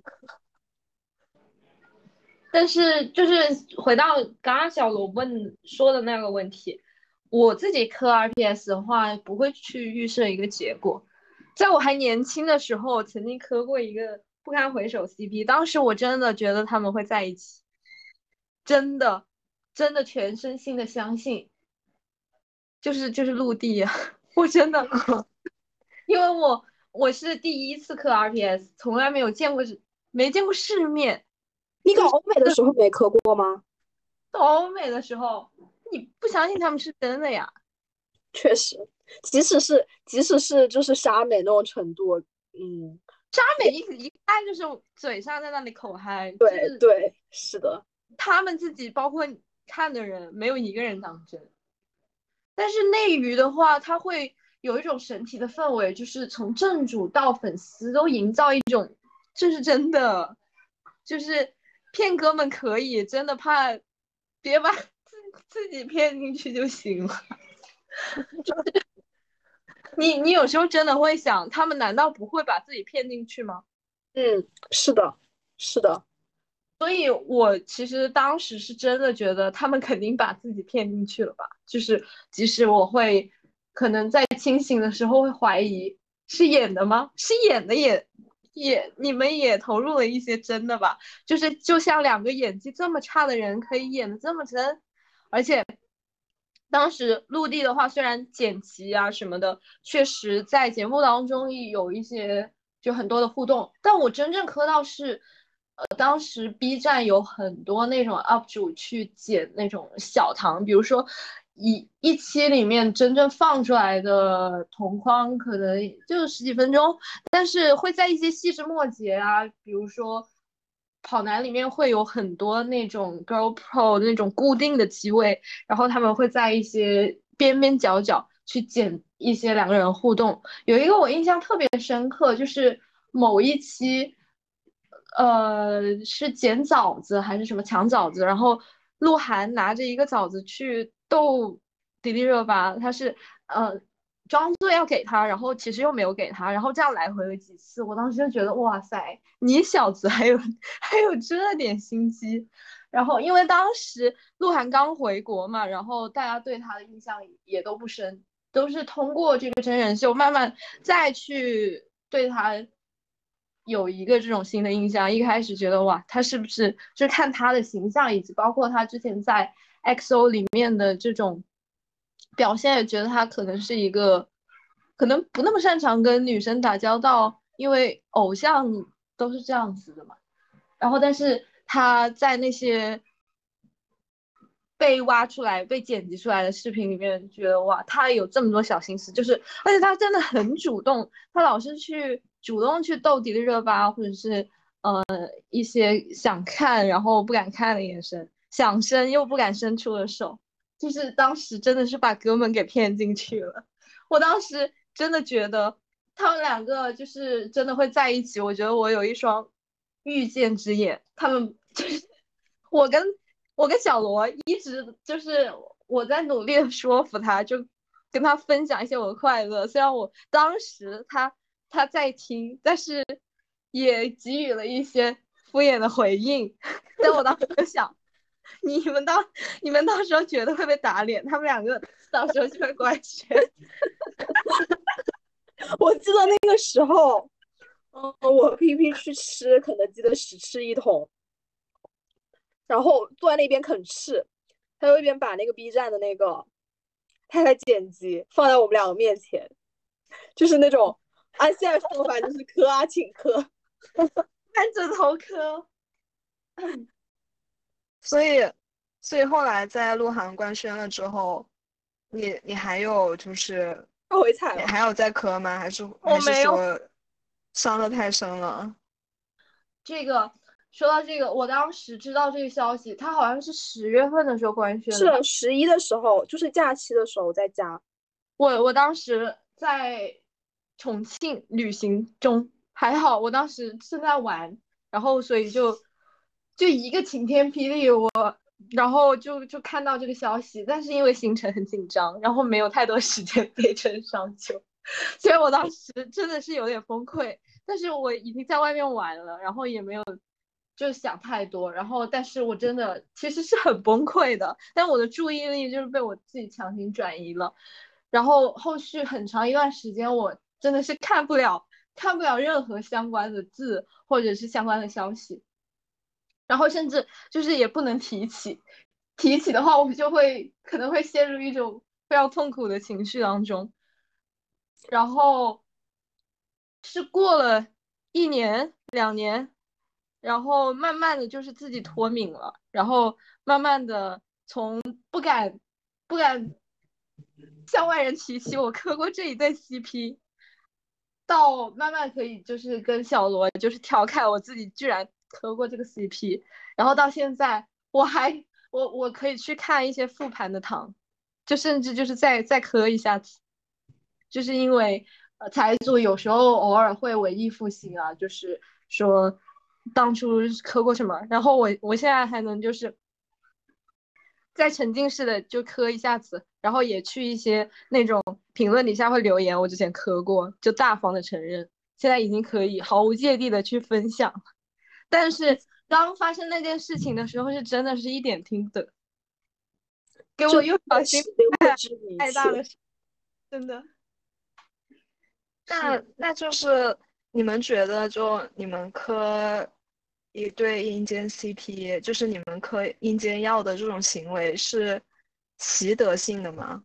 但是就是回到刚刚小罗问说的那个问题，我自己磕 R P S 的话，不会去预设一个结果。在我还年轻的时候，曾经磕过一个不堪回首 C P，当时我真的觉得他们会在一起，真的，真的全身心的相信，就是就是陆地啊，我真的，因为我我是第一次磕 R P S，从来没有见过，没见过世面。 你搞欧美的时候没磕过吗？ 到欧美的时候，你不相信他们是真的呀？ 确实，即使是即使是就是沙美那种程度，嗯， 沙美一一看就是嘴上在那里口嗨，就是对对，是的， 他们自己包括看的人没有一个人当真。但是内娱的话，它会有一种神奇的氛围，就是从正主到粉丝都营造一种这是真的，就是骗哥们可以，真的怕别把自自己骗进去就行了。你你有时候真的会想，他们难道不会把自己骗进去吗？ 嗯，是的，是的， 所以我其实当时是真的觉得他们肯定把自己骗进去了吧，就是即使我会可能在清醒的时候会怀疑是演的吗？是演的也也你们也投入了一些真的吧？就是就像两个演技这么差的人可以演的这么真，而且当时陆地的话，虽然剪辑啊什么的，确实在节目当中有一些就很多的互动，但我真正磕到是，呃，当时 B 站有很多那种 U P 主去剪那种小唐，比如说一一期里面真正放出来的同框可能就十几分钟，但是会在一些细枝末节啊，比如说跑男里面会有很多那种 Girl Pro 那种固定的机位，然后他们会在一些边边角角去剪一些两个人互动。有一个我印象特别深刻，就是某一期。呃，是捡枣子还是什么抢枣子？然后鹿晗拿着一个枣子去逗迪丽热巴，他是呃装作要给他，然后其实又没有给他，然后这样来回了几次。我当时就觉得哇塞，你小子还有还有这点心机。然后因为当时鹿晗刚回国嘛，然后大家对他的印象也都不深，都是通过这个真人秀慢慢再去对他有一个这种新的印象。一开始觉得哇，他是不是就是看他的形象，以及包括他之前在 X O 里面的这种表现，也觉得他可能是一个可能不那么擅长跟女生打交道，因为偶像都是这样子的嘛。然后但是他在那些被挖出来、被剪辑出来的视频里面，觉得哇，他有这么多小心思，就是而且他真的很主动，他老是去主动去逗迪丽热巴，或者是呃一些想看然后不敢看的眼神，想伸又不敢伸出的手，就是当时真的是把哥们给骗进去了。我当时真的觉得他们两个就是真的会在一起，我觉得我有一双遇见之眼，他们就是我跟我跟小罗一直就是我在努力的说服他，就跟他分享一些我的快乐。虽然我当时他他在听，但是也给予了一些敷衍的回应。但我当时就想，你们到你们到时候绝对会被打脸，他们两个到时候就会官宣。 我记得那个时候，嗯，我 P P 去吃肯德基的十吃一桶，然后坐在那边啃翅，他又一边把那个 B 站的那个拍拍剪辑放在我们两个面前，就是那种按现在说法就是磕啊请磕， 看着头磕。 所以，所以后来在鹿晗官宣了之后，你你还有就是他回踩了。 你还有在磕吗？还是还是我没有说伤得太深了？ 这个。说到这个，我当时知道这个消息，他好像是十月份的时候官宣的吧？ 是十一的时候，就是假期的时候在家。 我我当时在重庆旅行中，还好我当时正在玩，然后所以就就一个晴天霹雳，我然后就就看到这个消息，但是因为行程很紧张，然后没有太多时间陪衬上球，所以我当时真的是有点崩溃。但是我已经在外面玩了，然后也没有就想太多，然后但是我真的其实是很崩溃的，但我的注意力就是被我自己强行转移了。然后后续很长一段时间，我真的是看不了看不了任何相关的字或者是相关的消息，然后甚至就是也不能提起，提起的话，我就会可能会陷入一种非常痛苦的情绪当中。然后是过了一年两年，然后慢慢的就是自己脱敏了，然后慢慢的从不敢不敢向外人提起我磕过这一对 C P，到慢慢可以就是跟小罗就是调侃我自己居然磕过这个 C P，然后到现在我还我我可以去看一些复盘的堂，就甚至就是再再磕一下子，就是因为呃财组有时候偶尔会文艺复兴啊，就是说当初磕过什么，然后我我现在还能就是再沉浸式的就磕一下子，然后也去一些那种评论底下会留言，我之前磕过，就大方的承认，现在已经可以毫无芥蒂的去分享。但是刚发生那件事情的时候，是真的是一点听不得，给我又小心不知迷去。 太大了，真的那是。 那就是你们觉得，就你们磕一对阴间 C P，就是你们磕阴间药的这种行为是习得性的吗？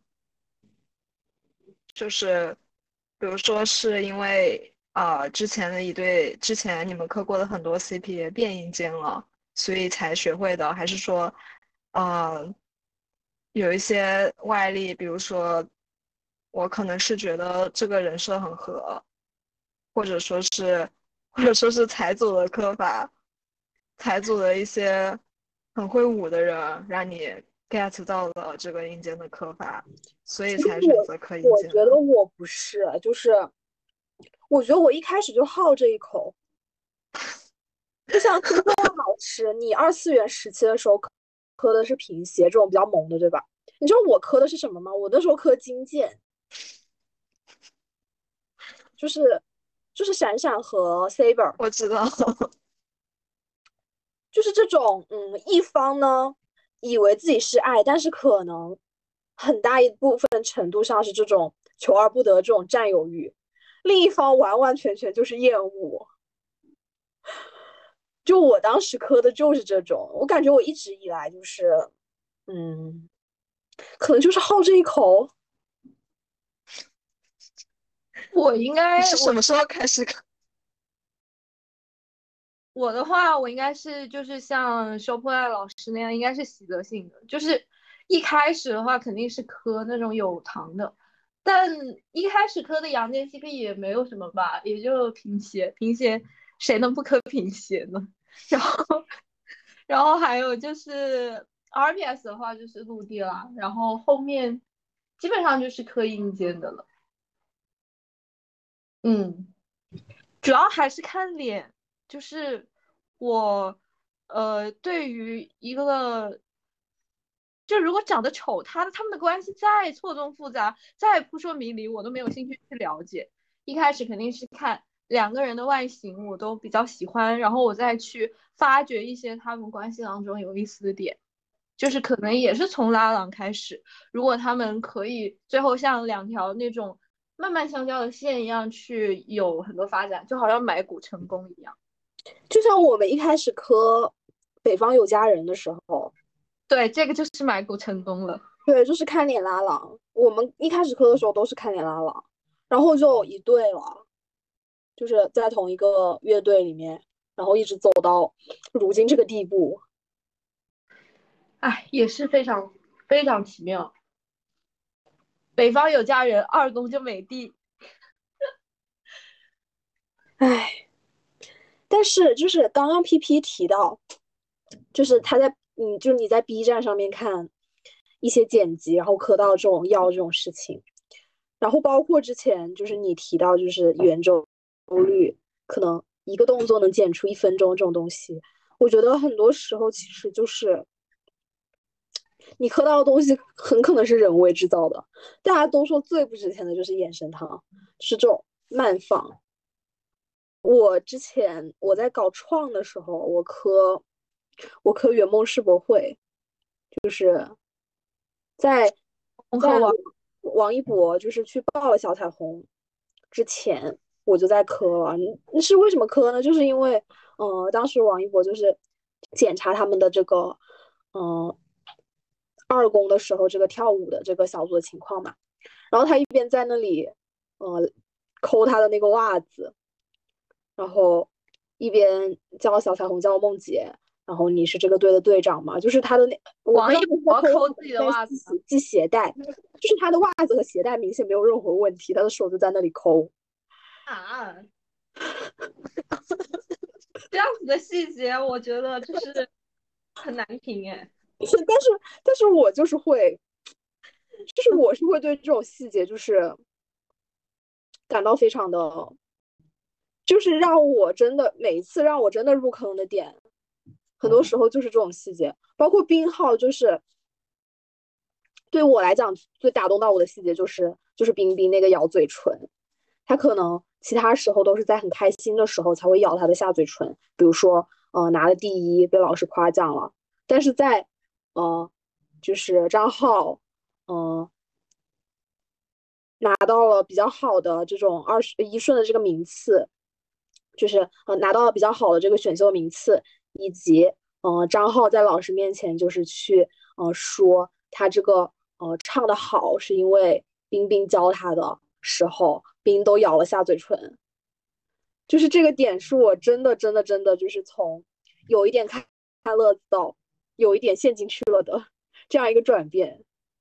就是比如说是因为啊、呃之前的一对之前你们磕过的很多 C P 变阴间了，所以才学会的，还是说呃有一些外力，比如说我可能是觉得这个人设很合，或者说是或者说是财组的科法，财组的一些很会舞的人让你 get 到了这个阴间的科法，所以其实才选择磕阴我我觉得间的。 我不是，就是我觉得我一开始就好这一口，就像听说老师，你二次元时期的时候磕磕的是平鞋这种比较萌的，对吧？你知道我磕的是什么吗？我那时候磕金剑，就是就是闪闪和 Saber， 我知道。 就是这种，嗯，一方呢以为自己是爱，但是可能很大一部分程度上是这种求而不得这种占有欲，另一方完完全全就是厌恶。就我当时磕的就是这种，我感觉我一直以来就是，嗯，可能就是好这一口。 我应该你是什我么时候开始磕？ 我的话，我应该是就是像收破烂老师那样，应该是习得性的。就是一开始的话，肯定是磕那种有糖的，但一开始磕的阳间 C P 也没有什么吧，也就平鞋，平鞋谁能不磕平鞋呢？然后，然后还有就是 R P S 的话就是陆地啦，然后后面基本上就是磕阴间的了。嗯。主要还是看脸，就是我，呃，对于一个，就如果长得丑，他他们的关系再错综复杂，再扑朔迷离，我都没有兴趣去了解。一开始肯定是看两个人的外形，我都比较喜欢，然后我再去发掘一些他们关系当中有意思的点，就是可能也是从拉郎开始，如果他们可以最后像两条那种慢慢相交的线一样去有很多发展，就好像买股成功一样。 就像我们一开始磕北方有佳人的时候， 对，这个就是买股成功了。 对，就是看脸拉郎。我们一开始磕的时候都是看脸拉郎，然后就一对了，就是在同一个乐队里面，然后一直走到如今这个地步。 哎，也是非常非常奇妙。北方有佳人，二宫就美帝。 唉，但是就是刚刚 P P 提到，就是他在嗯，就是你在 B 站上面看一些剪辑，然后磕到这种药这种事情，然后包括之前就是你提到就是圆周率，可能一个动作能剪出一分钟这种东西，我觉得很多时候其实就是你磕到的东西很可能是人为制造的。大家都说最不值钱的就是眼神汤，就是这种慢放。我之前我在搞创的时候，我磕我磕圆梦世博会，在在红和王。 王一博就是去报了小彩虹之前，我就在磕了。那是为什么磕呢？就是因为，呃，当时王一博就是检查他们的这个，嗯、呃，二宫的时候，这个跳舞的这个小组的情况嘛。然后他一边在那里，呃，抠他的那个袜子，然后一边叫小彩虹叫梦洁，然后你是这个队的队长嘛？就是他的那，我不知道王一博他抠抠自己的袜子。 系系鞋带，就是他的袜子和鞋带明显没有任何问题，他的手就在那里抠啊，这样子的细节，我觉得就是很难评哎。 但是但是我就是会，就是我是会对这种细节就是感到非常的，就是让我真的每一次让我真的入坑的点，很多时候就是这种细节，包括冰号，就是对我来讲最打动到我的细节就是就是冰冰那个咬嘴唇，他可能其他时候都是在很开心的时候才会咬他的下嘴唇，比如说呃拿了第一被老师夸奖了，但是在呃就是张浩嗯、呃拿到了比较好的这种二十一顺的这个名次，就是呃拿到了比较好的这个选秀名次，以及呃张浩在老师面前就是去呃说他这个呃唱的好是因为冰冰教他的时候，冰都咬了下嘴唇，就是这个点是我真的真的真的就是从有一点看乐到有一点陷进去了的这样一个转变。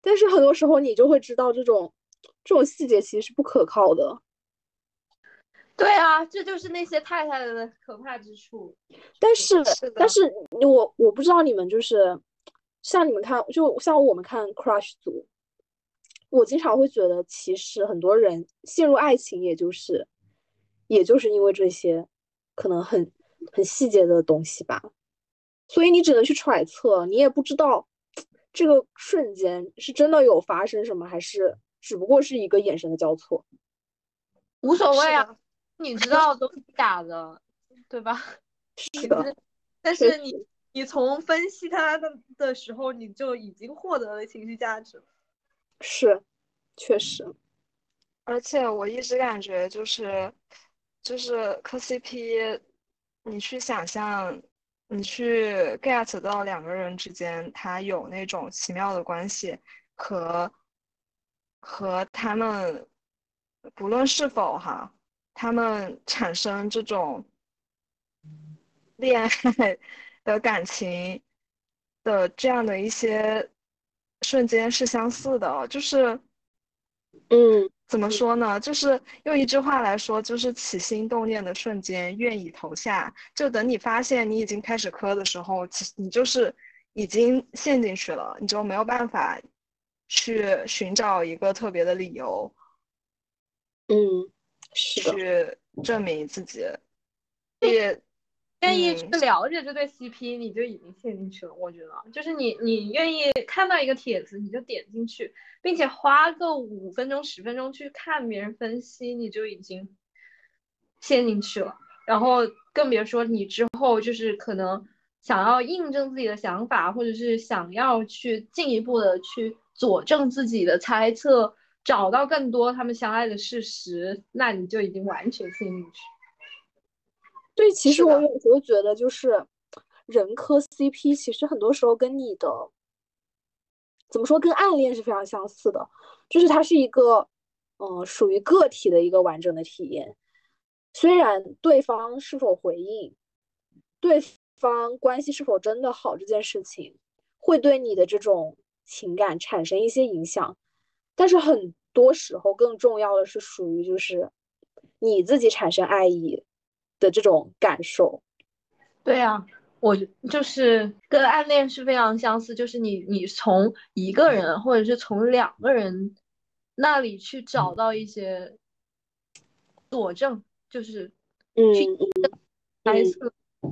但是很多时候你就会知道这种这种细节其实是不可靠的。 对啊，这就是那些太太的可怕之处。 但是是的， 但是我我不知道你们就是像你们看，就像我们看 Crush 组，我经常会觉得，其实很多人陷入爱情，也就是也就是因为这些可能很很细节的东西吧。所以你只能去揣测，你也不知道这个瞬间是真的有发生什么，还是只不过是一个眼神的交错。 无所谓啊， 是的， 你知道都是假的，对吧？ 是的， 但确实是你你从分析他的的时候，你就已经获得了情绪价值。 是，确实， 而且我一直感觉就是就是磕 C P，你去想象，你去 get 到两个人之间他有那种奇妙的关系和和他们不论是否哈，他们产生这种恋爱的感情的这样的一些瞬间是相似的，就是嗯， 怎么说呢？就是用一句话来说，就是起心动念的瞬间，愿意投下。就等你发现你已经开始磕的时候，其实你就是已经陷进去了，你就没有办法去寻找一个特别的理由嗯，是的， 去证明自己。也， 愿意去嗯， 了解这对 C P，你就已经陷进去了。我觉得，就是你你愿意看到一个帖子，你就点进去，并且花个五分钟、十分钟去看别人分析，你就已经陷进去了。然后更别说你之后就是可能想要印证自己的想法，或者是想要去进一步的去佐证自己的猜测，找到更多他们相爱的事实，那你就已经完全陷进去。 对，其实是的， 我有时候觉得，就是人磕 C P，其实很多时候跟你的怎么说，跟暗恋是非常相似的，就是它是一个，嗯、呃属于个体的一个完整的体验。虽然对方是否回应，对方关系是否真的好这件事情，会对你的这种情感产生一些影响，但是很多时候更重要的是属于就是你自己产生爱意的这种感受。 对啊，我就是跟暗恋是非常相似，就是你你从一个人或者是从两个人那里去找到一些佐证，就是去嗯嗯， 猜测。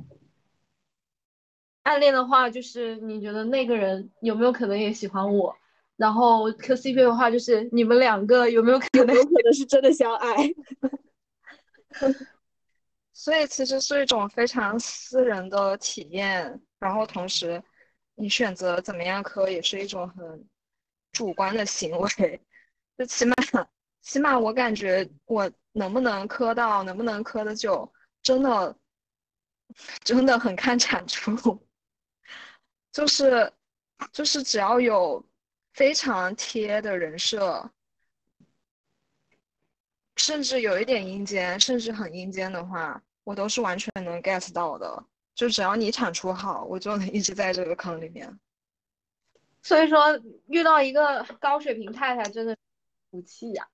暗恋的话，就是你觉得那个人有没有可能也喜欢我？然后磕 C P 的话，就是你们两个有没有可能？ 有没有可能是真的相爱？ 所以其实是一种非常私人的体验，然后同时你选择怎么样磕也是一种很主观的行为。就起码起码我感觉我能不能磕到，能不能磕的久，真的真的很看产出。就是就是只要有非常贴的人设，甚至有一点阴间，甚至很阴间的话，我都是完全能 get 到的。就只要你产出好，我就能一直在这个坑里面。 所以说遇到一个高水平太太真的是福气呀、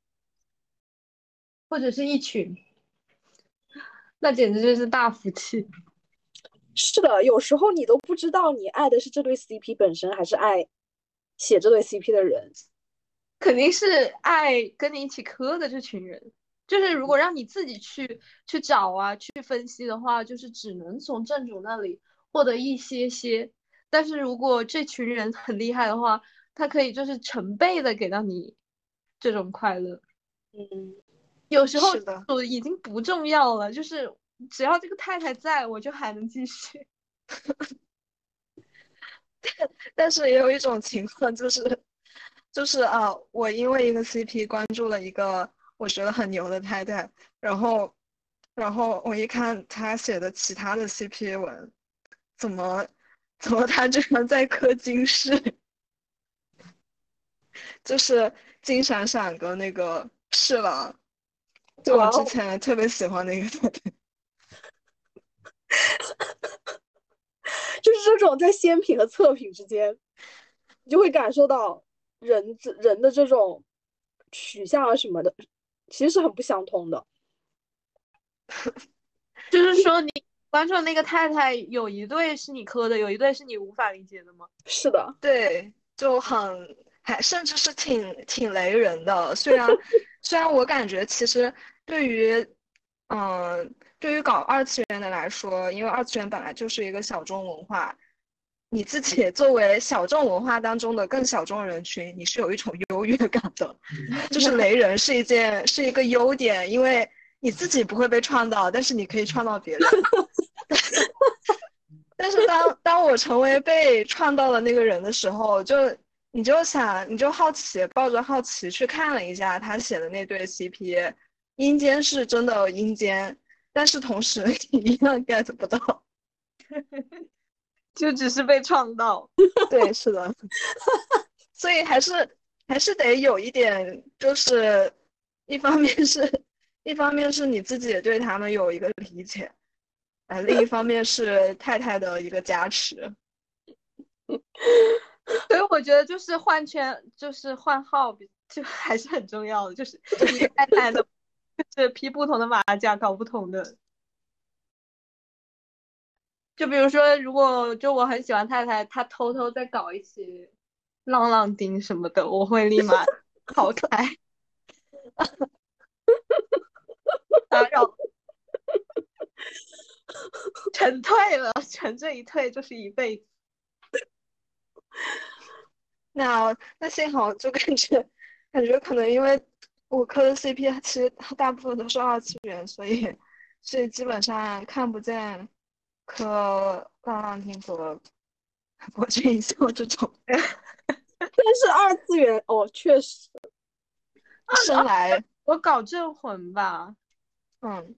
或者是一群，那简直就是大福气。 是的，有时候你都不知道你爱的是这对 C P 本身，还是爱写这对 C P 的人。 肯定是爱跟你一起磕的这群人。就是如果让你自己去去找啊，去分析的话，就是只能从正主那里获得一些些。但是如果这群人很厉害的话，他可以就是成倍的给到你这种快乐。 嗯， 有时候是的， 我已经不重要了，就是只要这个太太在，我就还能继续。 但是也有一种情况就是就是啊，我因为一个 C P 关注了一个我觉得很牛的太太，然后然后我一看他写的其他的 C P 文，怎么怎么他居然在氪金饰？就是金闪闪跟那个侍郎，就我之哇哦， 前特别喜欢那个太太。 就是这种在鲜品和测评之间，你就会感受到人之人的这种取向啊什么的，其实是很不相通的。 就是说你关注的那个太太有一对是你磕的，有一对是你无法理解的吗？ 是的， 对，就很还甚至是挺挺雷人的。虽然虽然我感觉其实对于嗯对于搞二次元的来说，因为二次元本来就是一个小众文化，你自己作为小众文化当中的更小众人群，你是有一种优越感的。就是雷人是一件是一个优点，因为你自己不会被创到，但是你可以创到别人。但是当当我成为被创到的那个人的时候，就你就想，你就好奇，抱着好奇去看了一下他写的那对 C P，阴间是真的阴间，但是同时你一样 get 不到。 就只是被创到。 对，是的，所以还是还是得有一点，就是一方面是，一方面是你自己对他们有一个理解，呃，另一方面是太太的一个加持。 所以我觉得就是换圈，就是换号比，就还是很重要的。就是你太太的，就是披不同的马甲，搞不同的。就比如说，如果就我很喜欢太太，她偷偷在搞一些浪浪丁什么的，我会立马逃开，打扰。全退了，全这一退就是一辈子。 那那幸好，就感觉感觉可能因为我磕的 C P 其实大部分都是二次元，所以所以基本上看不见磕浪浪听和博君一笑这种。 但是二次元哦，确实， 生来我搞镇魂吧， 嗯，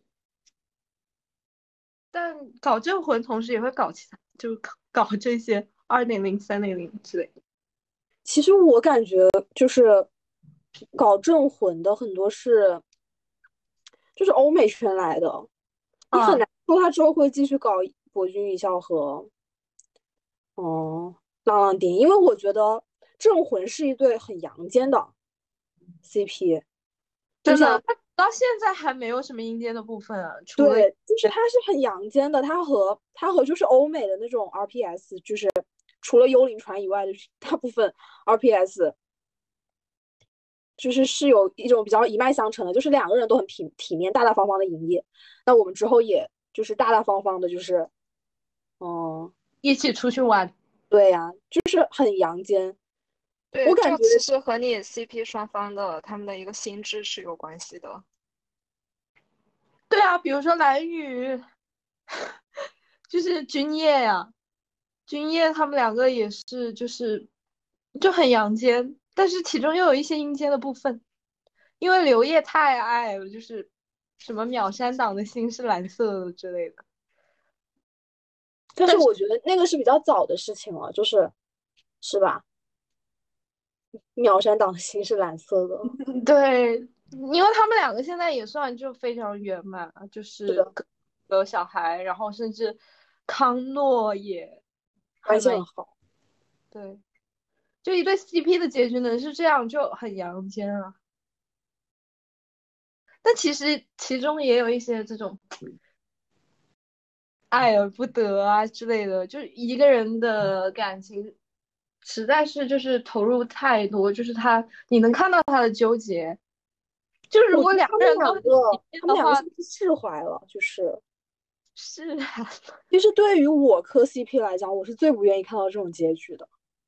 但搞镇魂同时也会搞其他，就搞搞这些二点零、三点零之类的。 其实我感觉就是搞镇魂的很多是就是欧美圈来的，你很啊， 难说他之后会继续搞博君一笑和哦浪浪丁，因为我觉得镇魂是一对很阳间的 C P，就像真的，它到现在还没有什么阴间的部分啊，除了对，就是它是很阳间的，它和它和就是欧美的那种 R P S，就是除了幽灵船以外的大部分 R P S，就是是有一种比较一脉相承的，就是两个人都很体体面、大大方方的营业。那我们之后也就是大大方方的，就是嗯， 一起出去玩。 对呀、就是很阳间。我对， 感觉这其实和你 C P 双方的他们的一个心智是有关系的。 对啊，比如说蓝宇，就是君夜呀、君夜他们两个也是，就是就很阳间，但是其中又有一些阴间的部分，因为刘烨太爱了，就是什么秒删党的心是蓝色的之类的。 但是我觉得那个是比较早的事情了，就是是吧？秒删党的心是蓝色的， 对，因为他们两个现在也算就非常圆满了，就是是的， 有小孩，然后甚至康诺也还关系蛮很好。 对，就一对 C P 的结局能是这样，就很阳间啊。但其实其中也有一些这种爱而不得啊之类的，就一个人的感情实在是就是投入太多，就是他你能看到他的纠结。就是如果我觉得他们两个人都很两个， 体面他们的话， 两个是不是释怀了？就是是啊， 其实对于我磕 C P 来讲，我是最不愿意看到这种结局的。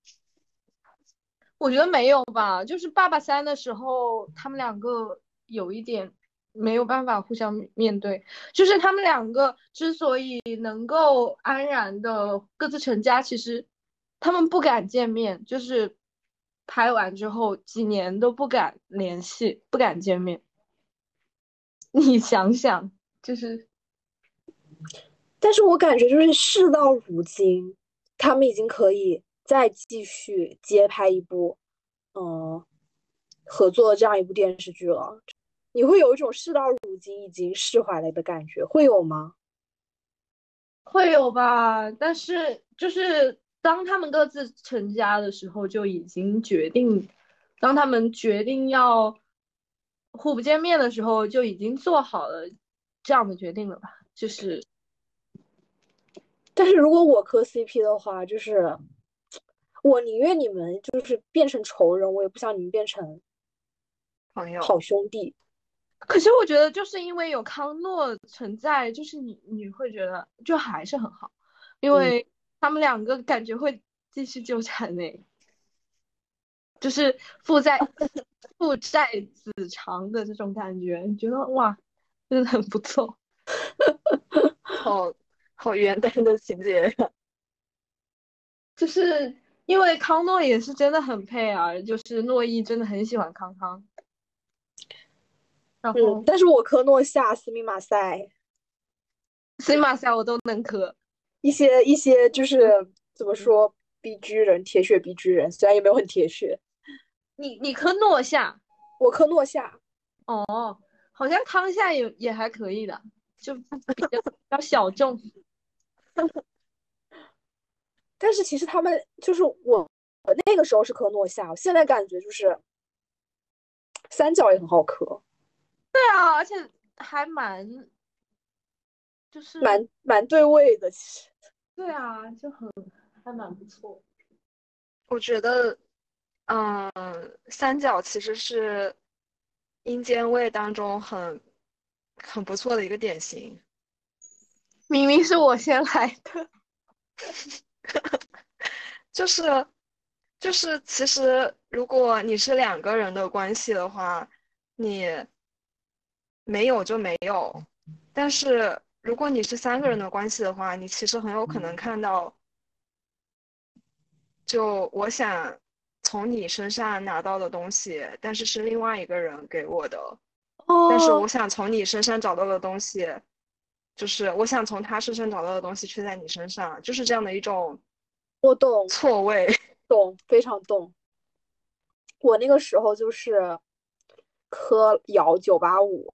我觉得没有吧。就是爸爸三的时候，他们两个有一点没有办法互相面对。就是他们两个之所以能够安然的各自成家，其实他们不敢见面，就是拍完之后几年都不敢联系，不敢见面。你想想，就是但是我感觉就是事到如今，他们已经可以再继续接拍一部，嗯，合作这样一部电视剧了。你会有一种事到如今已经释怀了的感觉，会有吗？ 会有吧。但是就是当他们各自成家的时候，就已经决定当他们决定要互不见面的时候，就已经做好了这样的决定了吧？就是， 但是如果我磕 C P 的话，就是我宁愿你们就是变成仇人，我也不想你们变成朋友。 好兄弟。 可是我觉得就是因为有康诺存在，就是你你会觉得就还是很好，因为他们两个感觉会继续纠缠呢，就是父债父债子偿的这种感觉，你觉得哇，真的很不错。 好好元旦的情节呀。 就是因为康诺也是真的很配啊，就是诺伊真的很喜欢康康，然嗯， 后但是我磕诺夏、斯密马塞西马赛我都能磕。 一些一些就是怎么说 B G 人，铁血 B G 人，虽然也没有很铁血。 你你磕诺夏我磕诺夏， 哦，好像康夏也也还可以的，就比较比较小众。 但是其实他们就是我那个时候是磕诺夏，我现在感觉就是三角也很好磕， 对啊，而且还蛮就是蛮蛮对位的。其实对啊，就很还蛮不错。 我觉得，嗯，三角其实是阴间位当中很很不错的一个典型。 明明是我先来的。 就是就是其实如果你是两个人的关系的话，你没有就没有，但是如果你是三个人的关系的话，你其实很有可能看到，就我想从你身上拿到的东西，但是是另外一个人给我的，但是我哦， 想从你身上找到的东西，就是我想从他身上找到的东西却在你身上，就是这样的一种我懂错位。 懂，非常懂。我那个时候就是磕摇九八五，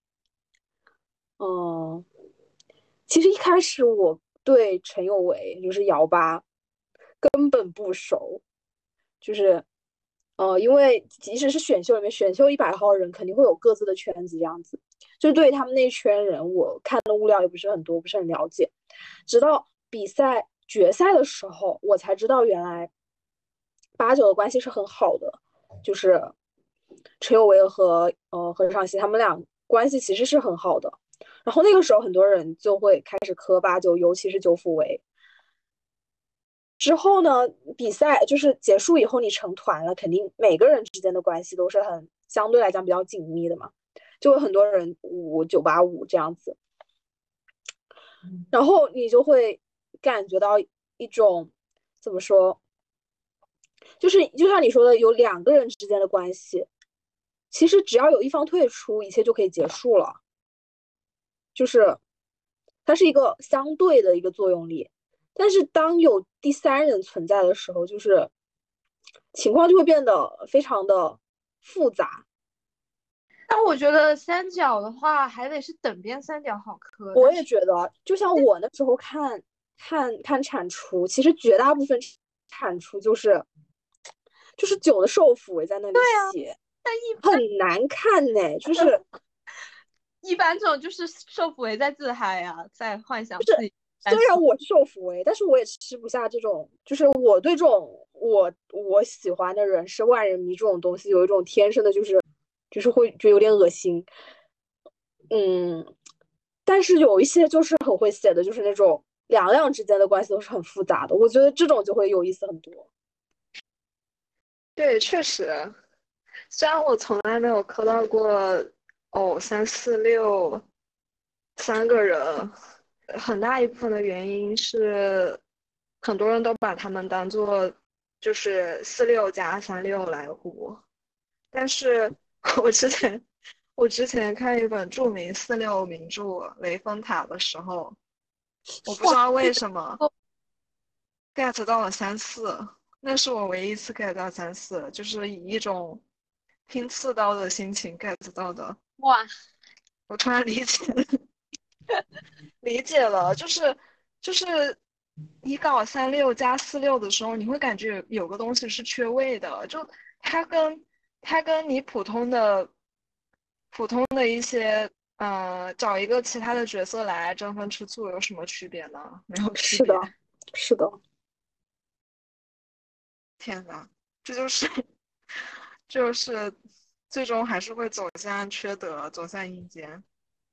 嗯，其实一开始我对陈有为就是摇八根本不熟，就是呃，因为即使是选秀里面选秀一百号人，肯定会有各自的圈子这样子。就对于他们那圈人，我看的物料也不是很多，不是很了解。直到比赛决赛的时候，我才知道原来八九的关系是很好的，就是陈有为和呃何尚希他们俩关系其实是很好的。然后那个时候很多人就会开始磕八九，尤其是九辅为。之后呢，比赛就是结束以后，你成团了，肯定每个人之间的关系都是很相对来讲比较紧密的嘛，就有很多人五九八五这样子，然后你就会感觉到一种怎么说，就是就像你说的，有两个人之间的关系，其实只要有一方退出，一切就可以结束了，就是它是一个相对的一个作用力。但是当有第三人存在的时候，就是情况就会变得非常的复杂。 但我觉得三角的话，还得是等边三角好磕。 我但是也觉得，就像我那时候看看看产出，其实绝大部分产出就是就是九的受辅为在那里对啊， 写， 但一很难看呢。就是一般这种就是受辅为在自嗨啊，在幻想就是自己。 虽然我是受辅为，但是我也吃不下这种，就是我对这种我我喜欢的人是万人迷这种东西，有一种天生的，就是就是会觉得有点恶心。嗯，但是有一些就是很会写的，就是那种两两之间的关系都是很复杂的，我觉得这种就会有意思很多。 对，确实，虽然我从来没有磕到过哦三四六三个人，很大一部分的原因是很多人都把他们当做就是四六加三六来呼，但是我之前我之前看一本著名四六名著《雷峰塔》的时候，我不知道为什么 get 到了三四，那是我唯一一次 get 到三四，就是以一种拼刺刀的心情 get 到的。 哇， 我突然理解理解了，就是就是你搞三六加四六的时候，你会感觉有个东西是缺位的，就它跟它跟你普通的普通的一些呃找一个其他的角色来争风吃醋有什么区别呢？没有区别。 是的，是的。 天呐，这就是就是最终还是会走向缺德，走向阴间。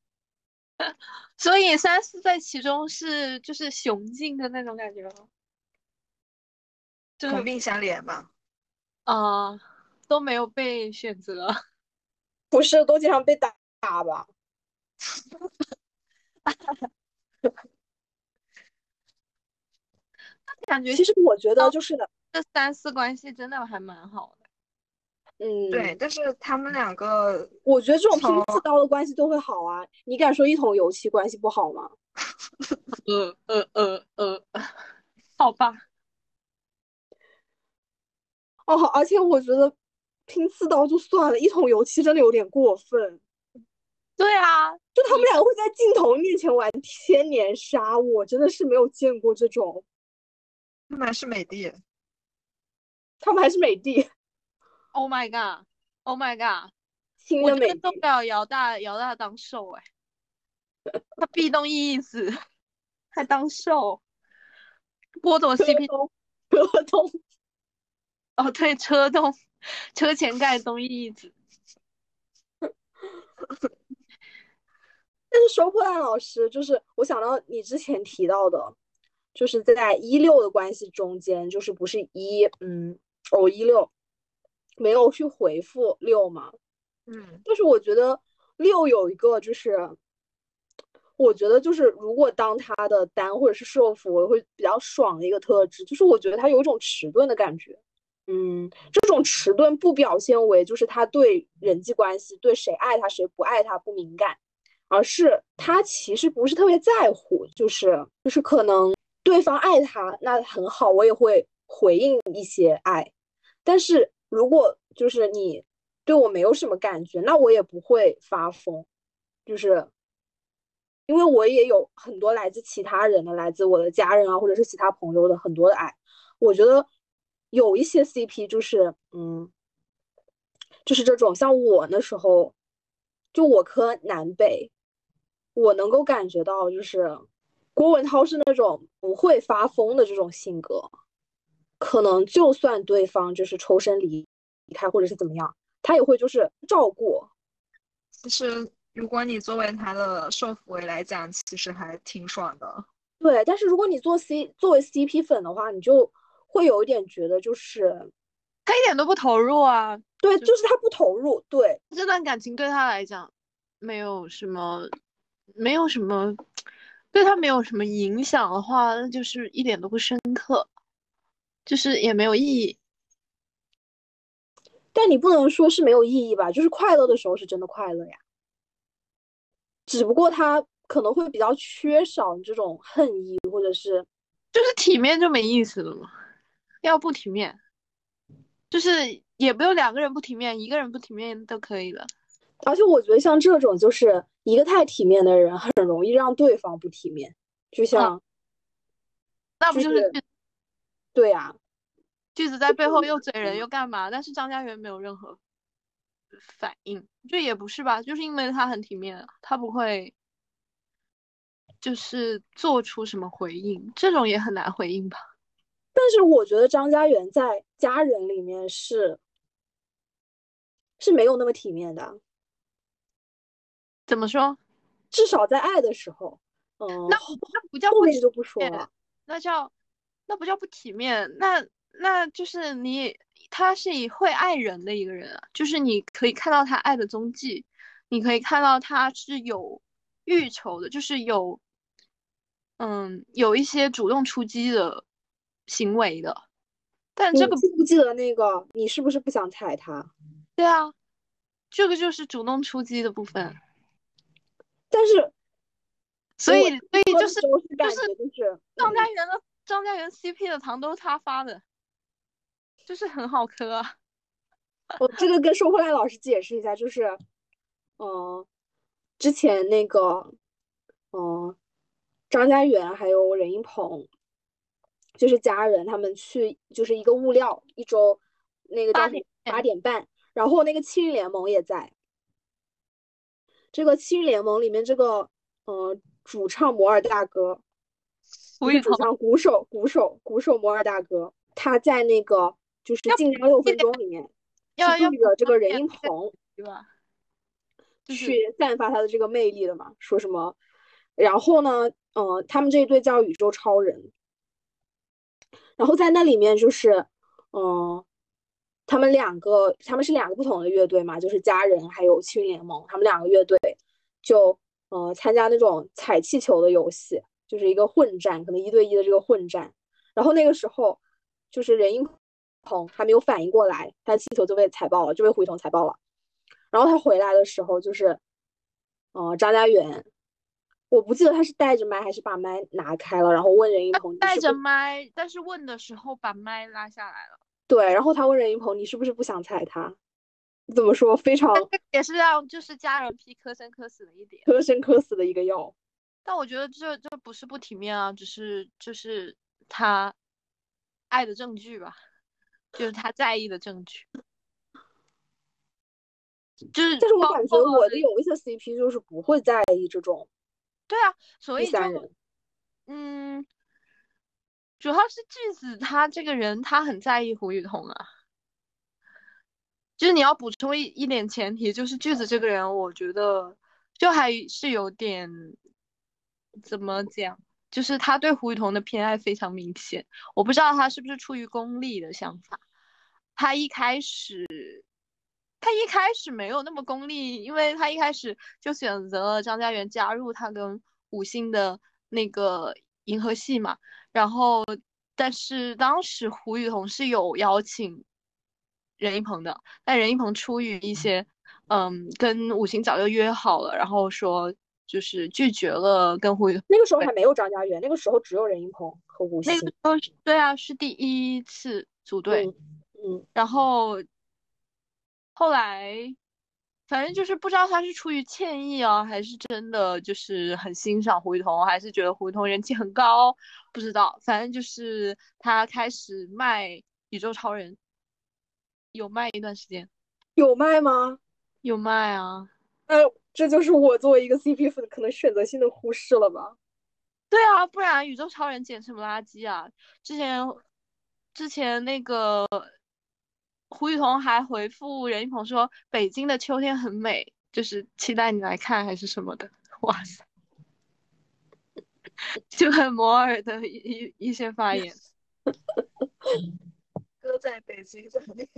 所以三四在其中是就是雄竞的那种感觉吗？就是同病相怜吧。 啊、呃都没有被选择。 不是都经常被打打吧？ 感觉其实我觉得就是这三四关系真的还蛮好的。 对， 嗯， 但是他们两个我觉得这种拼从刺刀的关系都会好啊。你敢说一桶油漆关系不好吗？ 呃呃呃呃，好吧。 哦，而且我觉得拼刺刀就算了，一桶油漆真的有点过分。 对啊， 就他们你两个会在镜头面前玩千年杀，我真的是没有见过这种。 他们是美帝。 他们还是美帝， ，Oh my god，Oh my god， 新我的美帝， 真的受不了姚大姚大当受哎，他壁咚意思还当受，剥夺 C P。 河东。 哦对，车动车前盖东义子。 但是收破烂老师，就是我想到你之前提到的，就是在一六的关系中间，就是不是一嗯哦一六没有去回复六嘛？ 嗯， 但是我觉得六有一个就是，我觉得就是如果当他的单或者是受服，我会比较爽的一个特质，就是我觉得他有一种迟钝的感觉。嗯，这种迟钝不表现为就是他对人际关系对谁爱他谁不爱他不敏感，而是他其实不是特别在乎，就是就是可能对方爱他那很好，我也会回应一些爱，但是如果就是你对我没有什么感觉，那我也不会发疯，就是因为我也有很多来自其他人的，来自我的家人啊，或者是其他朋友的很多的爱。我觉得有一些 C P 就是，嗯，就是这种，像我那时候，就我科南北，我能够感觉到，就是郭文涛是那种不会发疯的这种性格，可能就算对方就是抽身离离开或者是怎么样，他也会就是照顾。 其实如果你作为他的受抚为来讲，其实还挺爽的。 对，但是如果你做 C 作为 C P 粉的话，你就会有一点觉得就是他一点都不投入啊， 对， 就就是他不投入，对， 这段感情对他来讲没有什么，没有什么，对他没有什么影响的话，那就是一点都不深刻，就是也没有意义。 但你不能说是没有意义吧？就是快乐的时候是真的快乐呀，只不过他可能会比较缺少这种恨意，或者是就是体面就没意思了嘛，要不体面，就是也不用两个人不体面，一个人不体面都可以了。 而且我觉得像这种就是一个太体面的人，很容易让对方不体面，就哦， 像那不就是就是对呀、啊句子在背后又嘴人又干嘛？但是张家元没有任何反应，这也不是吧？就是因为他很体面，他不会就是做出什么回应，这种也很难回应吧？ 但是我觉得张家元在家人里面是是没有那么体面的， 怎么说？ 至少在爱的时候，嗯， 那后那不叫不体后面就不说面， 了。 那叫那不叫不体面，那那就是你他是以会爱人的一个人啊，就是你可以看到他爱的踪迹，你可以看到他是有欲求的，就是有嗯有一些主动出击的行为的，但你这个记不记得那个？你是不是不想踩他？ 对啊，这个就是主动出击的部分， 但是我所以所以就是说的时候是就是感觉就是， 张家元的张家元 C P 的糖都是他发的，就是很好磕啊。 我这个跟收获烂老师解释一下，就是，嗯、呃之前那个，嗯、呃张家元还有任一鹏，就是家人他们去就是一个物料，一周那个叫什么八点。 八点半， 然后那个七人联盟也在。这个七人联盟里面，这个呃主唱摩尔大哥，不是主唱，鼓手鼓手鼓手摩尔大哥，他在那个就是近张六分钟里面是对着这个任英鹏， 对吧？ 去散发他的这个魅力的嘛，说什么？然后呢，呃，他们这一队叫宇宙超人。然后在那里面就是，嗯、呃，他们两个他们是两个不同的乐队嘛，就是家人还有七人联盟，他们两个乐队就呃参加那种踩气球的游戏，就是一个混战，可能一对一的这个混战。然后那个时候就是任英鹏还没有反应过来，他的气球就被踩爆了，就被胡一桐踩爆了。然后他回来的时候就是，呃，张家元。我不记得他是带着麦还是把麦拿开了，然后问任英鹏， 带着麦，但是问的时候把麦拉下来了。 对，然后他问任英鹏，你是不是不想踩他？怎么说？非常也是让就是家人批科生科死的一点， 科生科死的一个药。 但我觉得这这不是不体面啊，只是就是他爱的证据吧，就是他在意的证据。就是， 但是我感觉我的有一些 C P 就是不会在意这种。 对啊，所以第三人， 嗯，主要是句子他这个人他很在意胡雨桐啊。就是你要补充一一点前提，就是句子这个人，我觉得就还是有点怎么讲，就是他对胡雨桐的偏爱非常明显。我不知道他是不是出于功利的想法，他一开始他一开始没有那么功利，因为他一开始就选择了张家元加入他跟五星的那个银河系嘛。然后，但是当时胡雨桐是有邀请任一鹏的，但任一鹏出于一些，嗯，跟五星早就约好了，然后说就是拒绝了跟胡雨桐。 那个时候还没有张家元，那个时候只有任一鹏和吴昕。 那个时候对啊，是第一次组队， 嗯嗯， 然后后来。反正就是不知道他是出于歉意啊，还是真的就是很欣赏胡雨桐，还是觉得胡雨桐人气很高，不知道。反正就是他开始卖宇宙超人，有卖一段时间。 有卖吗？ 有卖啊。 呃，这就是我作为一个 C P 粉可能选择性的忽视了吧。 对啊，不然宇宙超人捡什么垃圾啊？之前之前那个胡雨桐还回复任一鹏说北京的秋天很美，就是期待你来看还是什么的。哇塞，就很摩尔的一一一些发言。 哥在北京这里。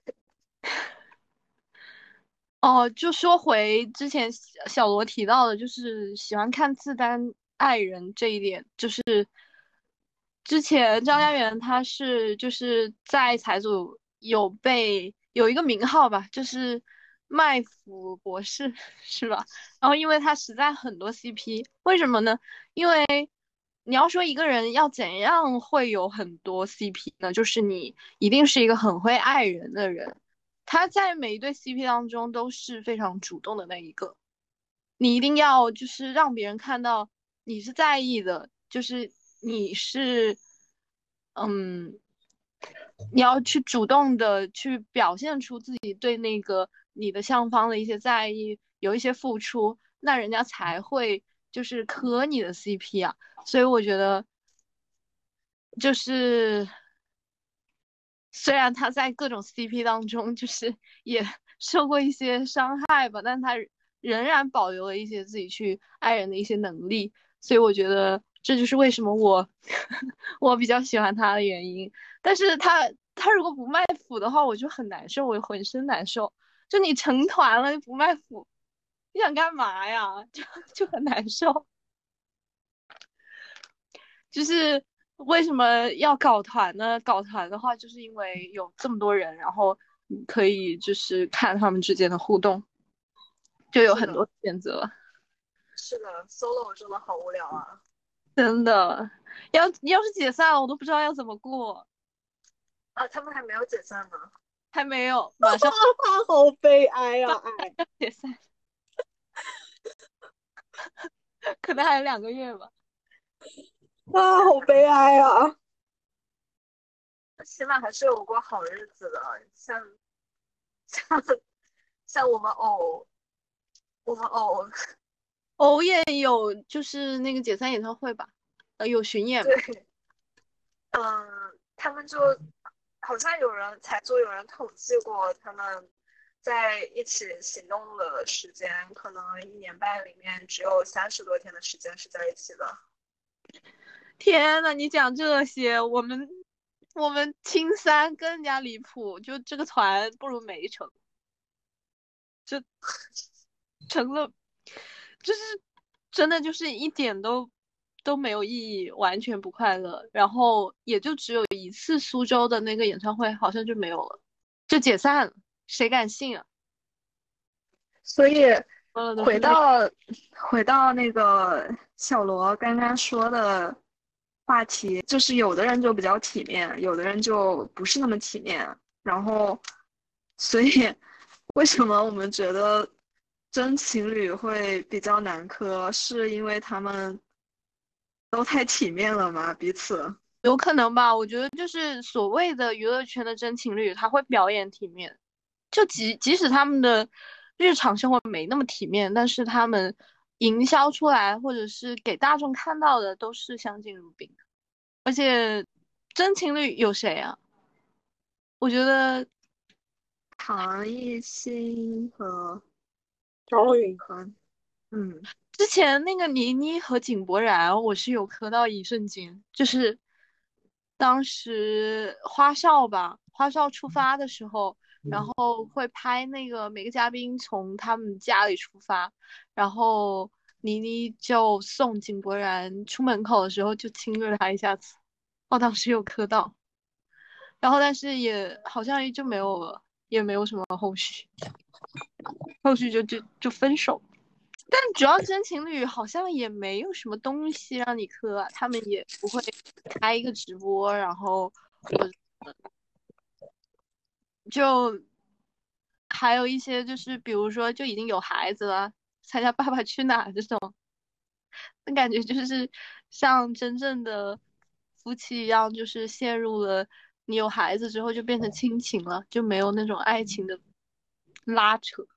哦，就说回之前小罗提到的，就是喜欢看自单爱人这一点，就是之前张家元他是就是在财组有被有一个名号吧，就是麦腐博士是吧？然后因为他实在很多 C P，为什么呢？因为你要说一个人要怎样会有很多 C P 呢？就是你一定是一个很会爱人的人。他在每一对 C P 当中都是非常主动的那一个，你一定要就是让别人看到你是在意的，就是你是，嗯，你要去主动的去表现出自己对那个你的向方的一些在意，有一些付出，那人家才会就是磕你的 C P 啊。所以我觉得就是虽然他在各种 C P 当中就是也受过一些伤害吧，但他仍然保留了一些自己去爱人的一些能力，所以我觉得这就是为什么我我比较喜欢他的原因。但是他他如果不卖腐的话，我就很难受，我浑身难受。就你成团了不卖腐，你想干嘛呀？就就很难受。就是为什么要搞团呢？搞团的话，就是因为有这么多人，然后你可以就是看他们之间的互动，就有很多选择。 是的，solo 真的好无聊啊！ 真的，要要是解散了，我都不知道要怎么过。 啊，他们还没有解散呢。 还没有，马上好悲哀啊！爱解散，可能还有两个月吧。 啊，好悲哀啊！ 起码还是有过好日子的，像像像我们偶，我们偶， 偶也有就是那个解散演唱会吧，呃，有巡演吧。 对，嗯，他们就好像有人才做有人统计过，他们在一起行动的时间，可能一年半里面只有三十多天的时间是在一起的。 天呐，你讲这些，我们我们青三更加离谱，就这个团不如没成，这成了，就是真的就是一点都都没有意义，完全不快乐。然后也就只有一次苏州的那个演唱会，好像就没有了，就解散了，谁敢信啊？ 所以说了都是泪。 回到回到那个小罗刚刚说的话题，就是有的人就比较体面，有的人就不是那么体面。然后，所以为什么我们觉得真情侣会比较难磕，是因为他们都太体面了吗？彼此？ 有可能吧，我觉得就是所谓的娱乐圈的真情侣，他会表演体面，就即即使他们的日常生活没那么体面，但是他们营销出来或者是给大众看到的都是相敬如宾的。而且真情侣有谁啊？我觉得唐艺昕和张若昀。 和嗯之前那个倪妮和井柏然，我是有磕到一瞬间，就是当时花少吧，花少出发的时候，然后会拍那个每个嘉宾从他们家里出发，然后倪妮就送井柏然出门口的时候就亲了他一下子，我当时有磕到，然后但是也好像就没有了，也没有什么后续，后续就就就分手。但主要真情侣好像也没有什么东西让你磕啊，他们也不会开一个直播，然后或者就还有一些就是比如说就已经有孩子了，参加《爸爸去哪儿》这种，那感觉就是像真正的夫妻一样，就是陷入了你有孩子之后就变成亲情了，就没有那种爱情的拉扯。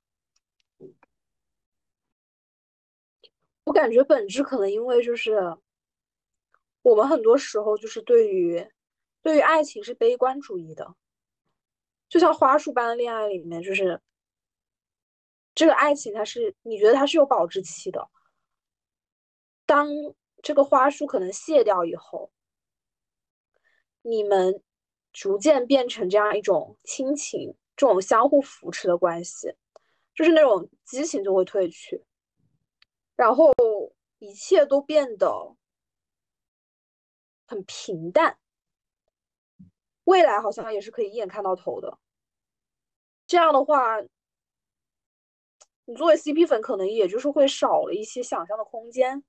我感觉本质可能因为就是我们很多时候就是对于对于爱情是悲观主义的，就像花束般的恋爱里面，就是这个爱情它是你觉得它是有保质期的，当这个花束可能谢掉以后，你们逐渐变成这样一种亲情，这种相互扶持的关系，就是那种激情就会褪去，然后一切都变得很平淡，未来好像也是可以一眼看到头的。这样的话，你作为 C P 粉，可能也就是会少了一些想象的空间。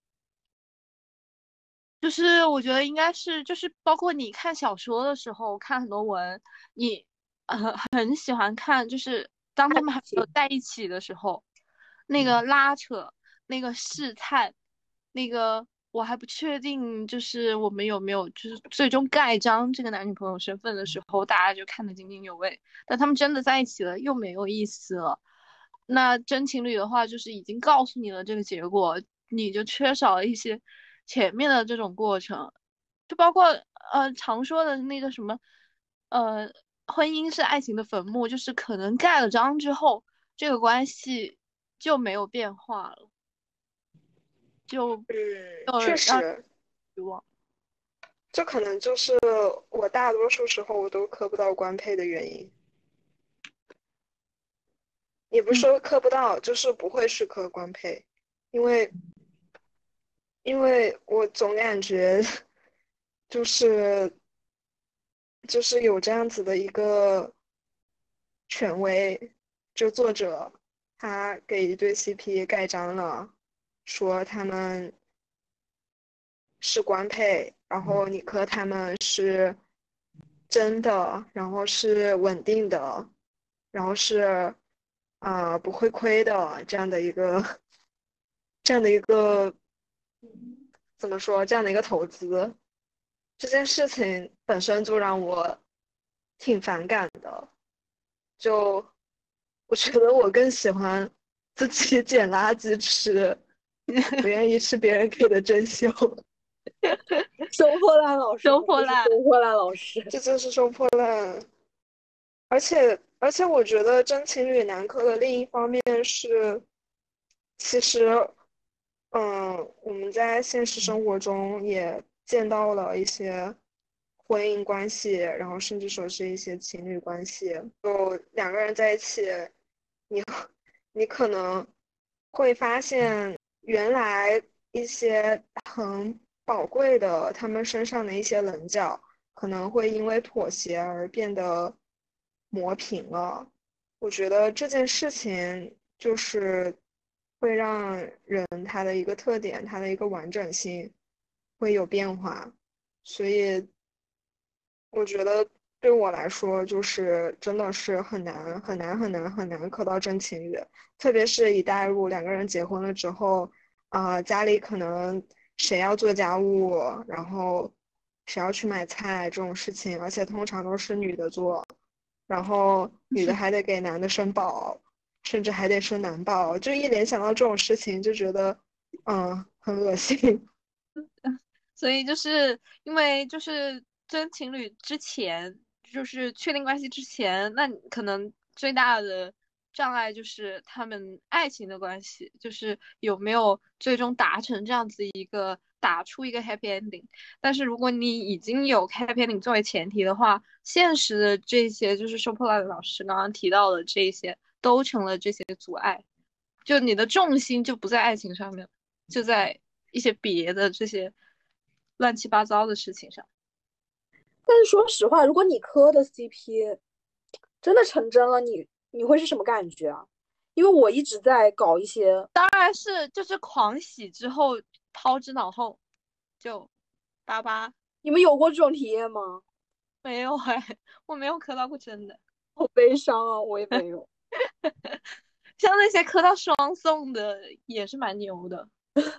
就是我觉得应该是，就是包括你看小说的时候，看很多文，你呃很喜欢看，就是当他们还没有在一起的时候，那个拉扯，那个试探，那个我还不确定，就是我们有没有就是最终盖章这个男女朋友身份的时候，大家就看得津津有味。但他们真的在一起了，又没有意思了。那真情侣的话，就是已经告诉你了这个结果，你就缺少了一些前面的这种过程，就包括呃常说的那个什么，呃，婚姻是爱情的坟墓，就是可能盖了章之后，这个关系就没有变化了，就嗯， 呃让人确实， 失望。 这可能就是我大多数时候我都磕不到官配的原因。也不是嗯， 说磕不到，就是不会是磕官配，因为因为我总感觉就是就是有这样子的一个权威，就作者他给一对 C P 盖章了，说他们是官配，然后你磕他们是真的，然后是稳定的，然后是啊、呃不会亏的这样的一个这样的一个怎么说这样的一个投资，这件事情本身就让我挺反感的。 就我觉得我更喜欢自己捡垃圾吃，不愿意吃别人给的珍馐。 收破烂老师， 收破烂， 收破烂老师， 这就是收破烂。而且而且，我觉得真情侣难磕的另一方面是，其实，嗯，我们在现实生活中也见到了一些婚姻关系，然后甚至说是一些情侣关系，就两个人在一起，你你可能会发现，原来一些很宝贵的他们身上的一些棱角，可能会因为妥协而变得磨平了。我觉得这件事情就是会让人他的一个特点，他的一个完整性会有变化，所以我觉得对我来说，就是真的是很难很难很难很难磕到真情侣，特别是一代入两个人结婚了之后，啊、家里可能谁要做家务，然后谁要去买菜这种事情，而且通常都是女的做。然后女的还得给男的生宝，甚至还得生男宝，就一联想到这种事情就觉得，嗯，很恶心。 所以就是因为就是真情侣之前，就是确定关系之前，那你可能最大的障碍就是他们爱情的关系，就是有没有最终达成这样子一个打出一个 happy ending。但是如果你已经有 happy ending 作为前提的话，现实的这些就是收破烂的老师刚刚提到的这些，都成了这些阻碍，就你的重心就不在爱情上面，就在一些别的这些乱七八糟的事情上。 但是说实话，如果你磕的 C P 真的成真了，你你会是什么感觉啊？因为我一直在搞一些， 当然是就是狂喜之后抛之脑后，就巴巴。 你们有过这种体验吗？ 没有哎，我没有磕到过真的。 好悲伤啊，我也没有。 像那些磕到双送的也是蛮牛的。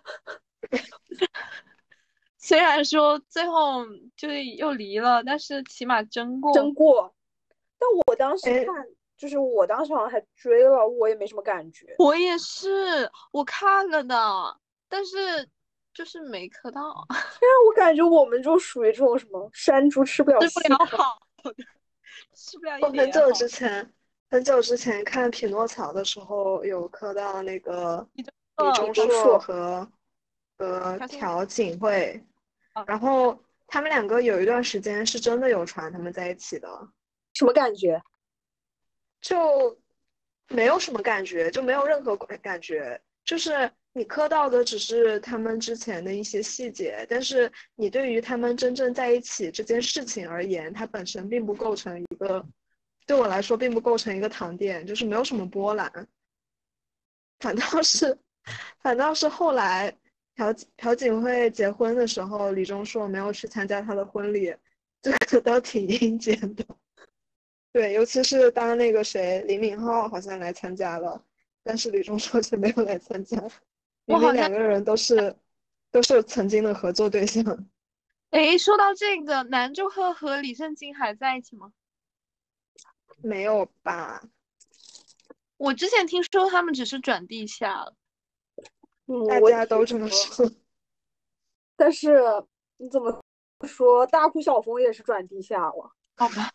虽然说最后就是又离了，但是起码争过。 真过。但我当时哎， 看，就是我当时好像还追了，我也没什么感觉。 我也是，我看了的，但是就是没磕到。 但我感觉我们就属于这种什么山猪吃不了吃不细草。 了好的，吃不了一我很久点好。 之前，很久之前看《匹诺曹》的时候，有磕到那个你就李呃钟硕李钟硕和和条件朴槿惠， 啊， 然后他们两个有一段时间是真的有传他们在一起的， 什么感觉？ 就没有什么感觉，就没有任何感感觉，就是你磕到的只是他们之前的一些细节，但是你对于他们真正在一起这件事情而言，它本身并不构成一个，对我来说并不构成一个糖点，就是没有什么波澜，反倒是，反倒是后来朴朴槿惠结婚的时候，李钟硕没有去参加她的婚礼，这个倒挺阴间的。对，尤其是当那个谁李敏镐好像来参加了，但是李钟硕却没有来参加，明明我好像两个人都是都是曾经的合作对象。 诶，说到这个，南柱赫和李圣经还在一起吗？ 没有吧？ 我之前听说他们只是转地下了。 嗯， 大我也家都这么听说。 说。 但是你怎么说，大哭小冯也是转地下了。 好吧，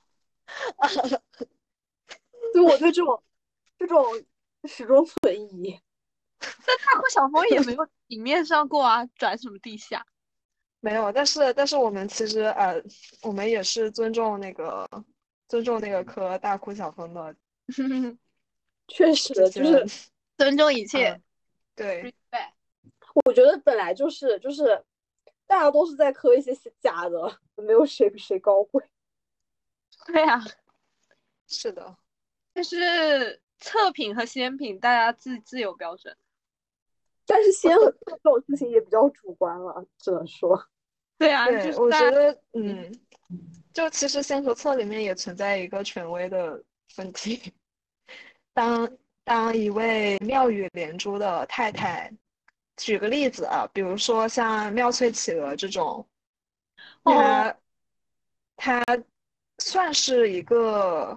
所以我对这种这种始终存疑。 但大哭小冯也没有明面上过啊，转什么地下？ 没有，但是但是我们其实呃，我们也是尊重那个尊重那个磕大哭小风的确实这些， 就是尊重一切嗯，对， ，respect。 我觉得本来就是就是大家都是在磕一些假的，没有谁比谁高贵。 对啊， 是的， 但是测评和鲜品大家自自有标准。 但是先和这种事情也比较主观了，只能说。 对啊，就对， 是大家我觉得，嗯，就其实先和测里面也存在一个权威的问题。当当一位妙语连珠的太太，举个例子啊，比如说像妙翠企鹅这种， 哦， 她她算是一个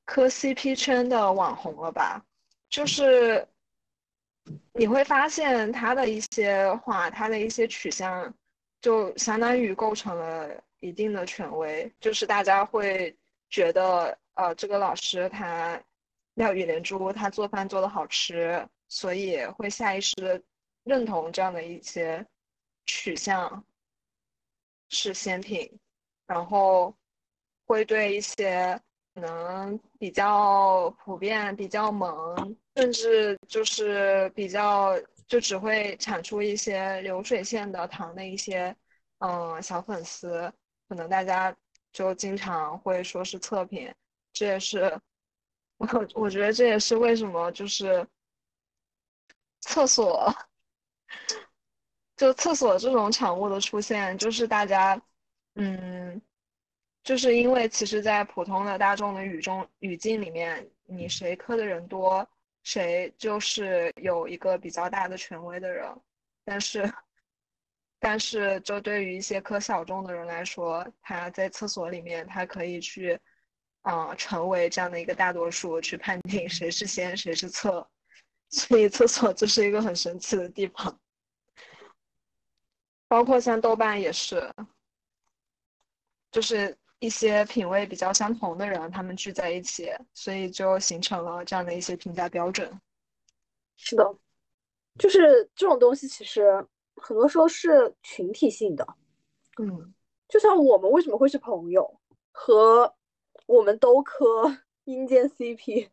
磕 C P 圈的网红了吧？就是你会发现他的一些话，他的一些取向，就相当于构成了一定的权威，就是大家会觉得，呃，这个老师他妙语连珠，他做饭做的好吃，所以会下意识的认同这样的一些取向是先品，然后会对一些可能比较普遍、比较萌，甚至就是比较就只会产出一些流水线的糖的一些嗯小粉丝，可能大家就经常会说是测评，这也是我我觉得这也是为什么就是厕所就厕所这种产物的出现，就是大家嗯。就是因为其实，在普通的大众的语中语境里面，你谁磕的人多，谁就是有一个比较大的权威的人。但是，但是就对于一些磕小众的人来说，他在厕所里面，他可以去，啊、成为这样的一个大多数，去判定谁是先，谁是侧。所以，厕所就是一个很神奇的地方。包括像豆瓣也是，就是一些品味比较相同的人，他们聚在一起，所以就形成了这样的一些评价标准。 是的，就是这种东西，其实很多时候是群体性的。 嗯， 就像我们为什么会是朋友，和我们都磕阴间 C P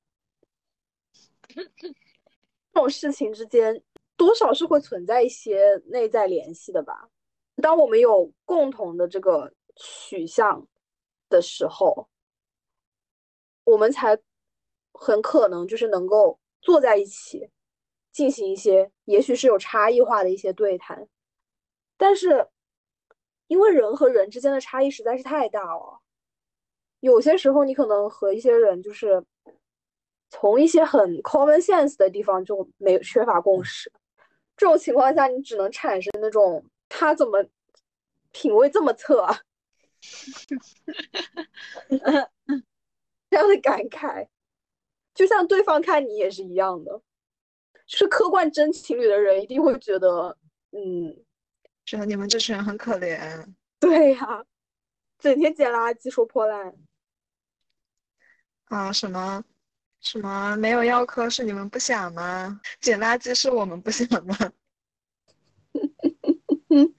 这种事情之间，多少是会存在一些内在联系的吧。当我们有共同的这个取向的时候，我们才很可能就是能够坐在一起，进行一些也许是有差异化的一些对谈。但是因为人和人之间的差异实在是太大了，有些时候你可能和一些人就是从一些很 common sense 的地方就没缺乏共识，这种情况下你只能产生那种他怎么品味这么侧啊这样的感慨，就像对方看你也是一样的，就是客观真情侣的人一定会觉得，嗯， 觉得你们这群人很可怜对呀、啊，整天捡垃圾说破烂， 啊！什么什么没有药科是你们不想吗？捡垃圾是我们不想吗？ 嗯，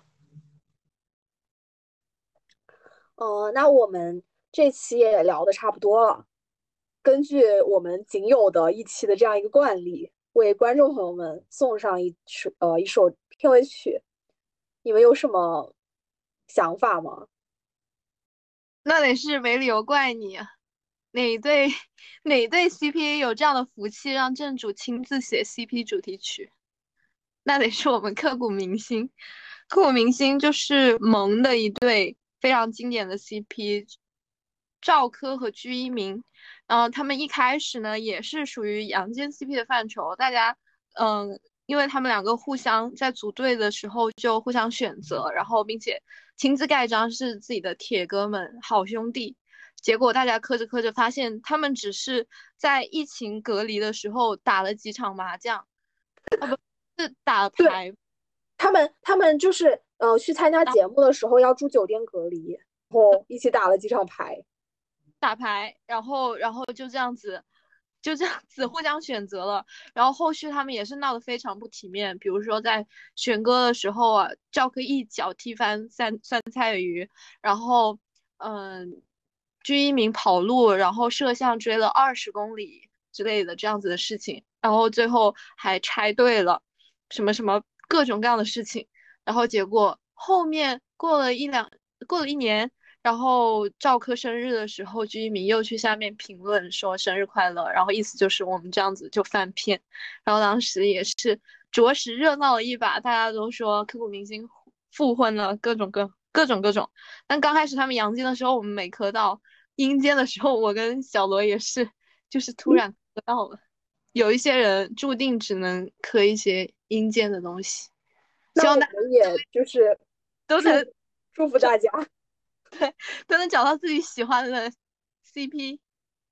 呃，那我们这期也聊的差不多了。根据我们仅有的一期的这样一个惯例，为观众朋友们送上一首呃一首片尾曲，你们有什么想法吗？ 那得是没理由怪你啊，哪对哪对 C P 有这样的福气，让正主亲自写 C P 主题曲？那得是我们刻骨铭心。刻骨铭心就是萌的一对非常经典的 C P，赵柯和鞠一鸣。然后他们一开始呢也是属于阳间 C P 的范畴，大家嗯，因为他们两个互相在组队的时候就互相选择，然后并且亲自盖章是自己的铁哥们、好兄弟。结果大家磕着磕着发现，他们只是在疫情隔离的时候打了几场麻将，是打对， 牌。 他们，他们就是呃去参加节目的时候要住酒店隔离，然后一起打了几场牌。 打牌，然后然后就这样子，就这样子互相选择了。然后后续他们也是闹得非常不体面，比如说在选歌的时候啊，赵柯一脚踢翻酸酸菜鱼，然后嗯，鞠一鸣跑路，然后摄像追了二十公里之类的这样子的事情，然后最后还拆队了，什么什么各种各样的事情。然后结果后面过了一两，过了一年。然后赵柯生日的时候，鞠一鸣又去下面评论说生日快乐，然后意思就是我们这样子就翻篇，然后当时也是着实热闹了一把，大家都说刻骨铭心复婚了，各种各各种各种。但刚开始他们阳间的时候，我们没磕到；阴间的时候，我跟小罗也是，就是突然磕到了。有一些人注定只能磕一些阴间的东西，希那我望大家们也就是祝都能祝福大家。 都能找到自己喜欢的 C P。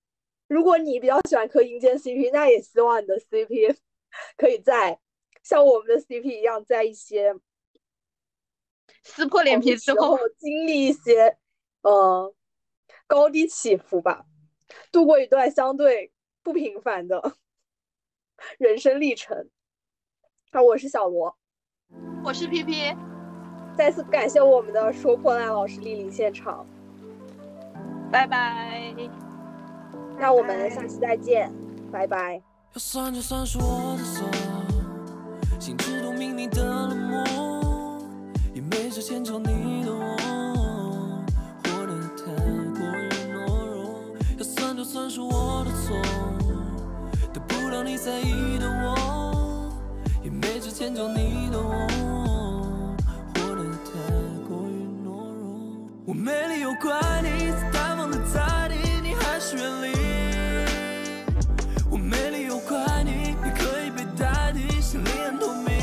如果你比较喜欢磕阴间 C P， 那也希望你的 C P 可以在像我们的 C P 一样，在一些撕破脸皮之后经历一些呃高低起伏吧，度过一段相对不平凡的人生历程。啊，我是小罗， 我是 P P， 再次感谢我们的说破烂老师莅临现场， 拜拜。 那我们下期再见，拜拜。 要算就算是我的错，心知肚明你的冷漠，也没时间找你的我，活得太过于懦弱。要算就算是我的错，得不到你在意的我，也没时间找你的我，活得太过于懦弱。我没理由怪你，在大方的在意，你还是远离。我没理由怪你，也可以被代替，心里很透明。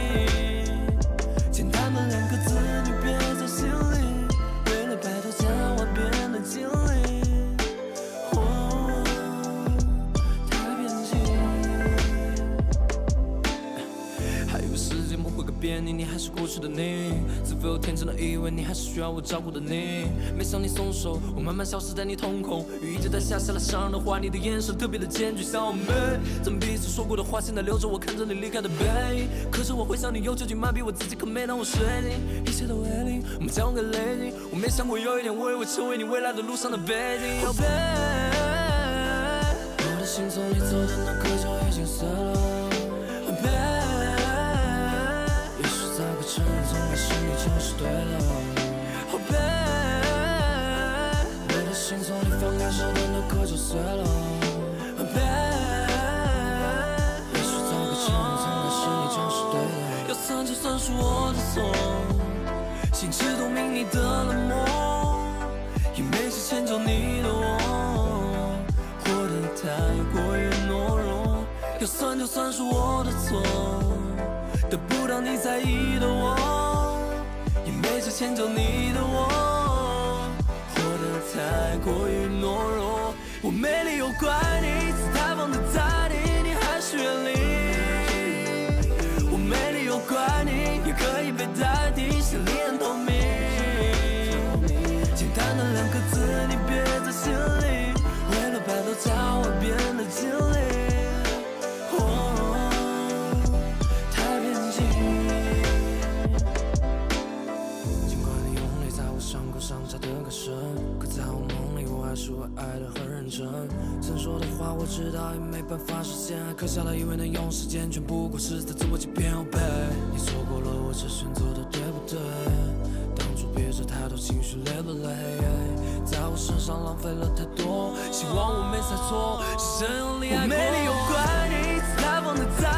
简单的两个字，你别在心里，为了白头讲话变得经历。哦，太偏激。还以为世界梦会改变你，你还是过去的你。自负又天真的以为你还是需要我照顾的你。没想你松手，我慢慢消失在你瞳孔。雨一直在下，下了伤人的话，你的眼神特别的艰巨，像我们咱们彼此说过的话，现在留着我看着你离开的背影。可是我会想你又究竟麻痹我自己，可没让我睡醒。一切都为零，我们交换个泪镜。我没想过有一天我也会成为你未来的路上的背景。Oh babe， 我的心从你走的那刻就已经碎了。Oh babe， 也许早该承认，从开始你就是对的。Oh babe， 我的心从你放开手的那刻就碎了。Oh babe， 也许早该承认，从开始你就是对的。要算就算是我的错，心知肚明你的冷漠，也没时间找你的我，活得太过于懦弱。要算就算是我的错，得不到你在意的我，也没时间找你的我，活得太过于懦弱。我没理由怪你，在大方的在意，你还是远离。我没理由怪你，也可以被代替，心里很透明。简单的两个字，你别在心里，为了白头叫我变得经历。哦，太偏激。尽管你用力在我伤口上加的更深，可在我梦里，我还是会爱得很认真。曾说的话我知道也没办法实现，可笑了以为能用时间，全不过是在自我欺骗。哦，babe，你错过了我这选择的对不对？当初憋着太多情绪累不累？在我身上浪费了太多，希望我没猜错，是真用力爱过。我没理由怪你，在大方的在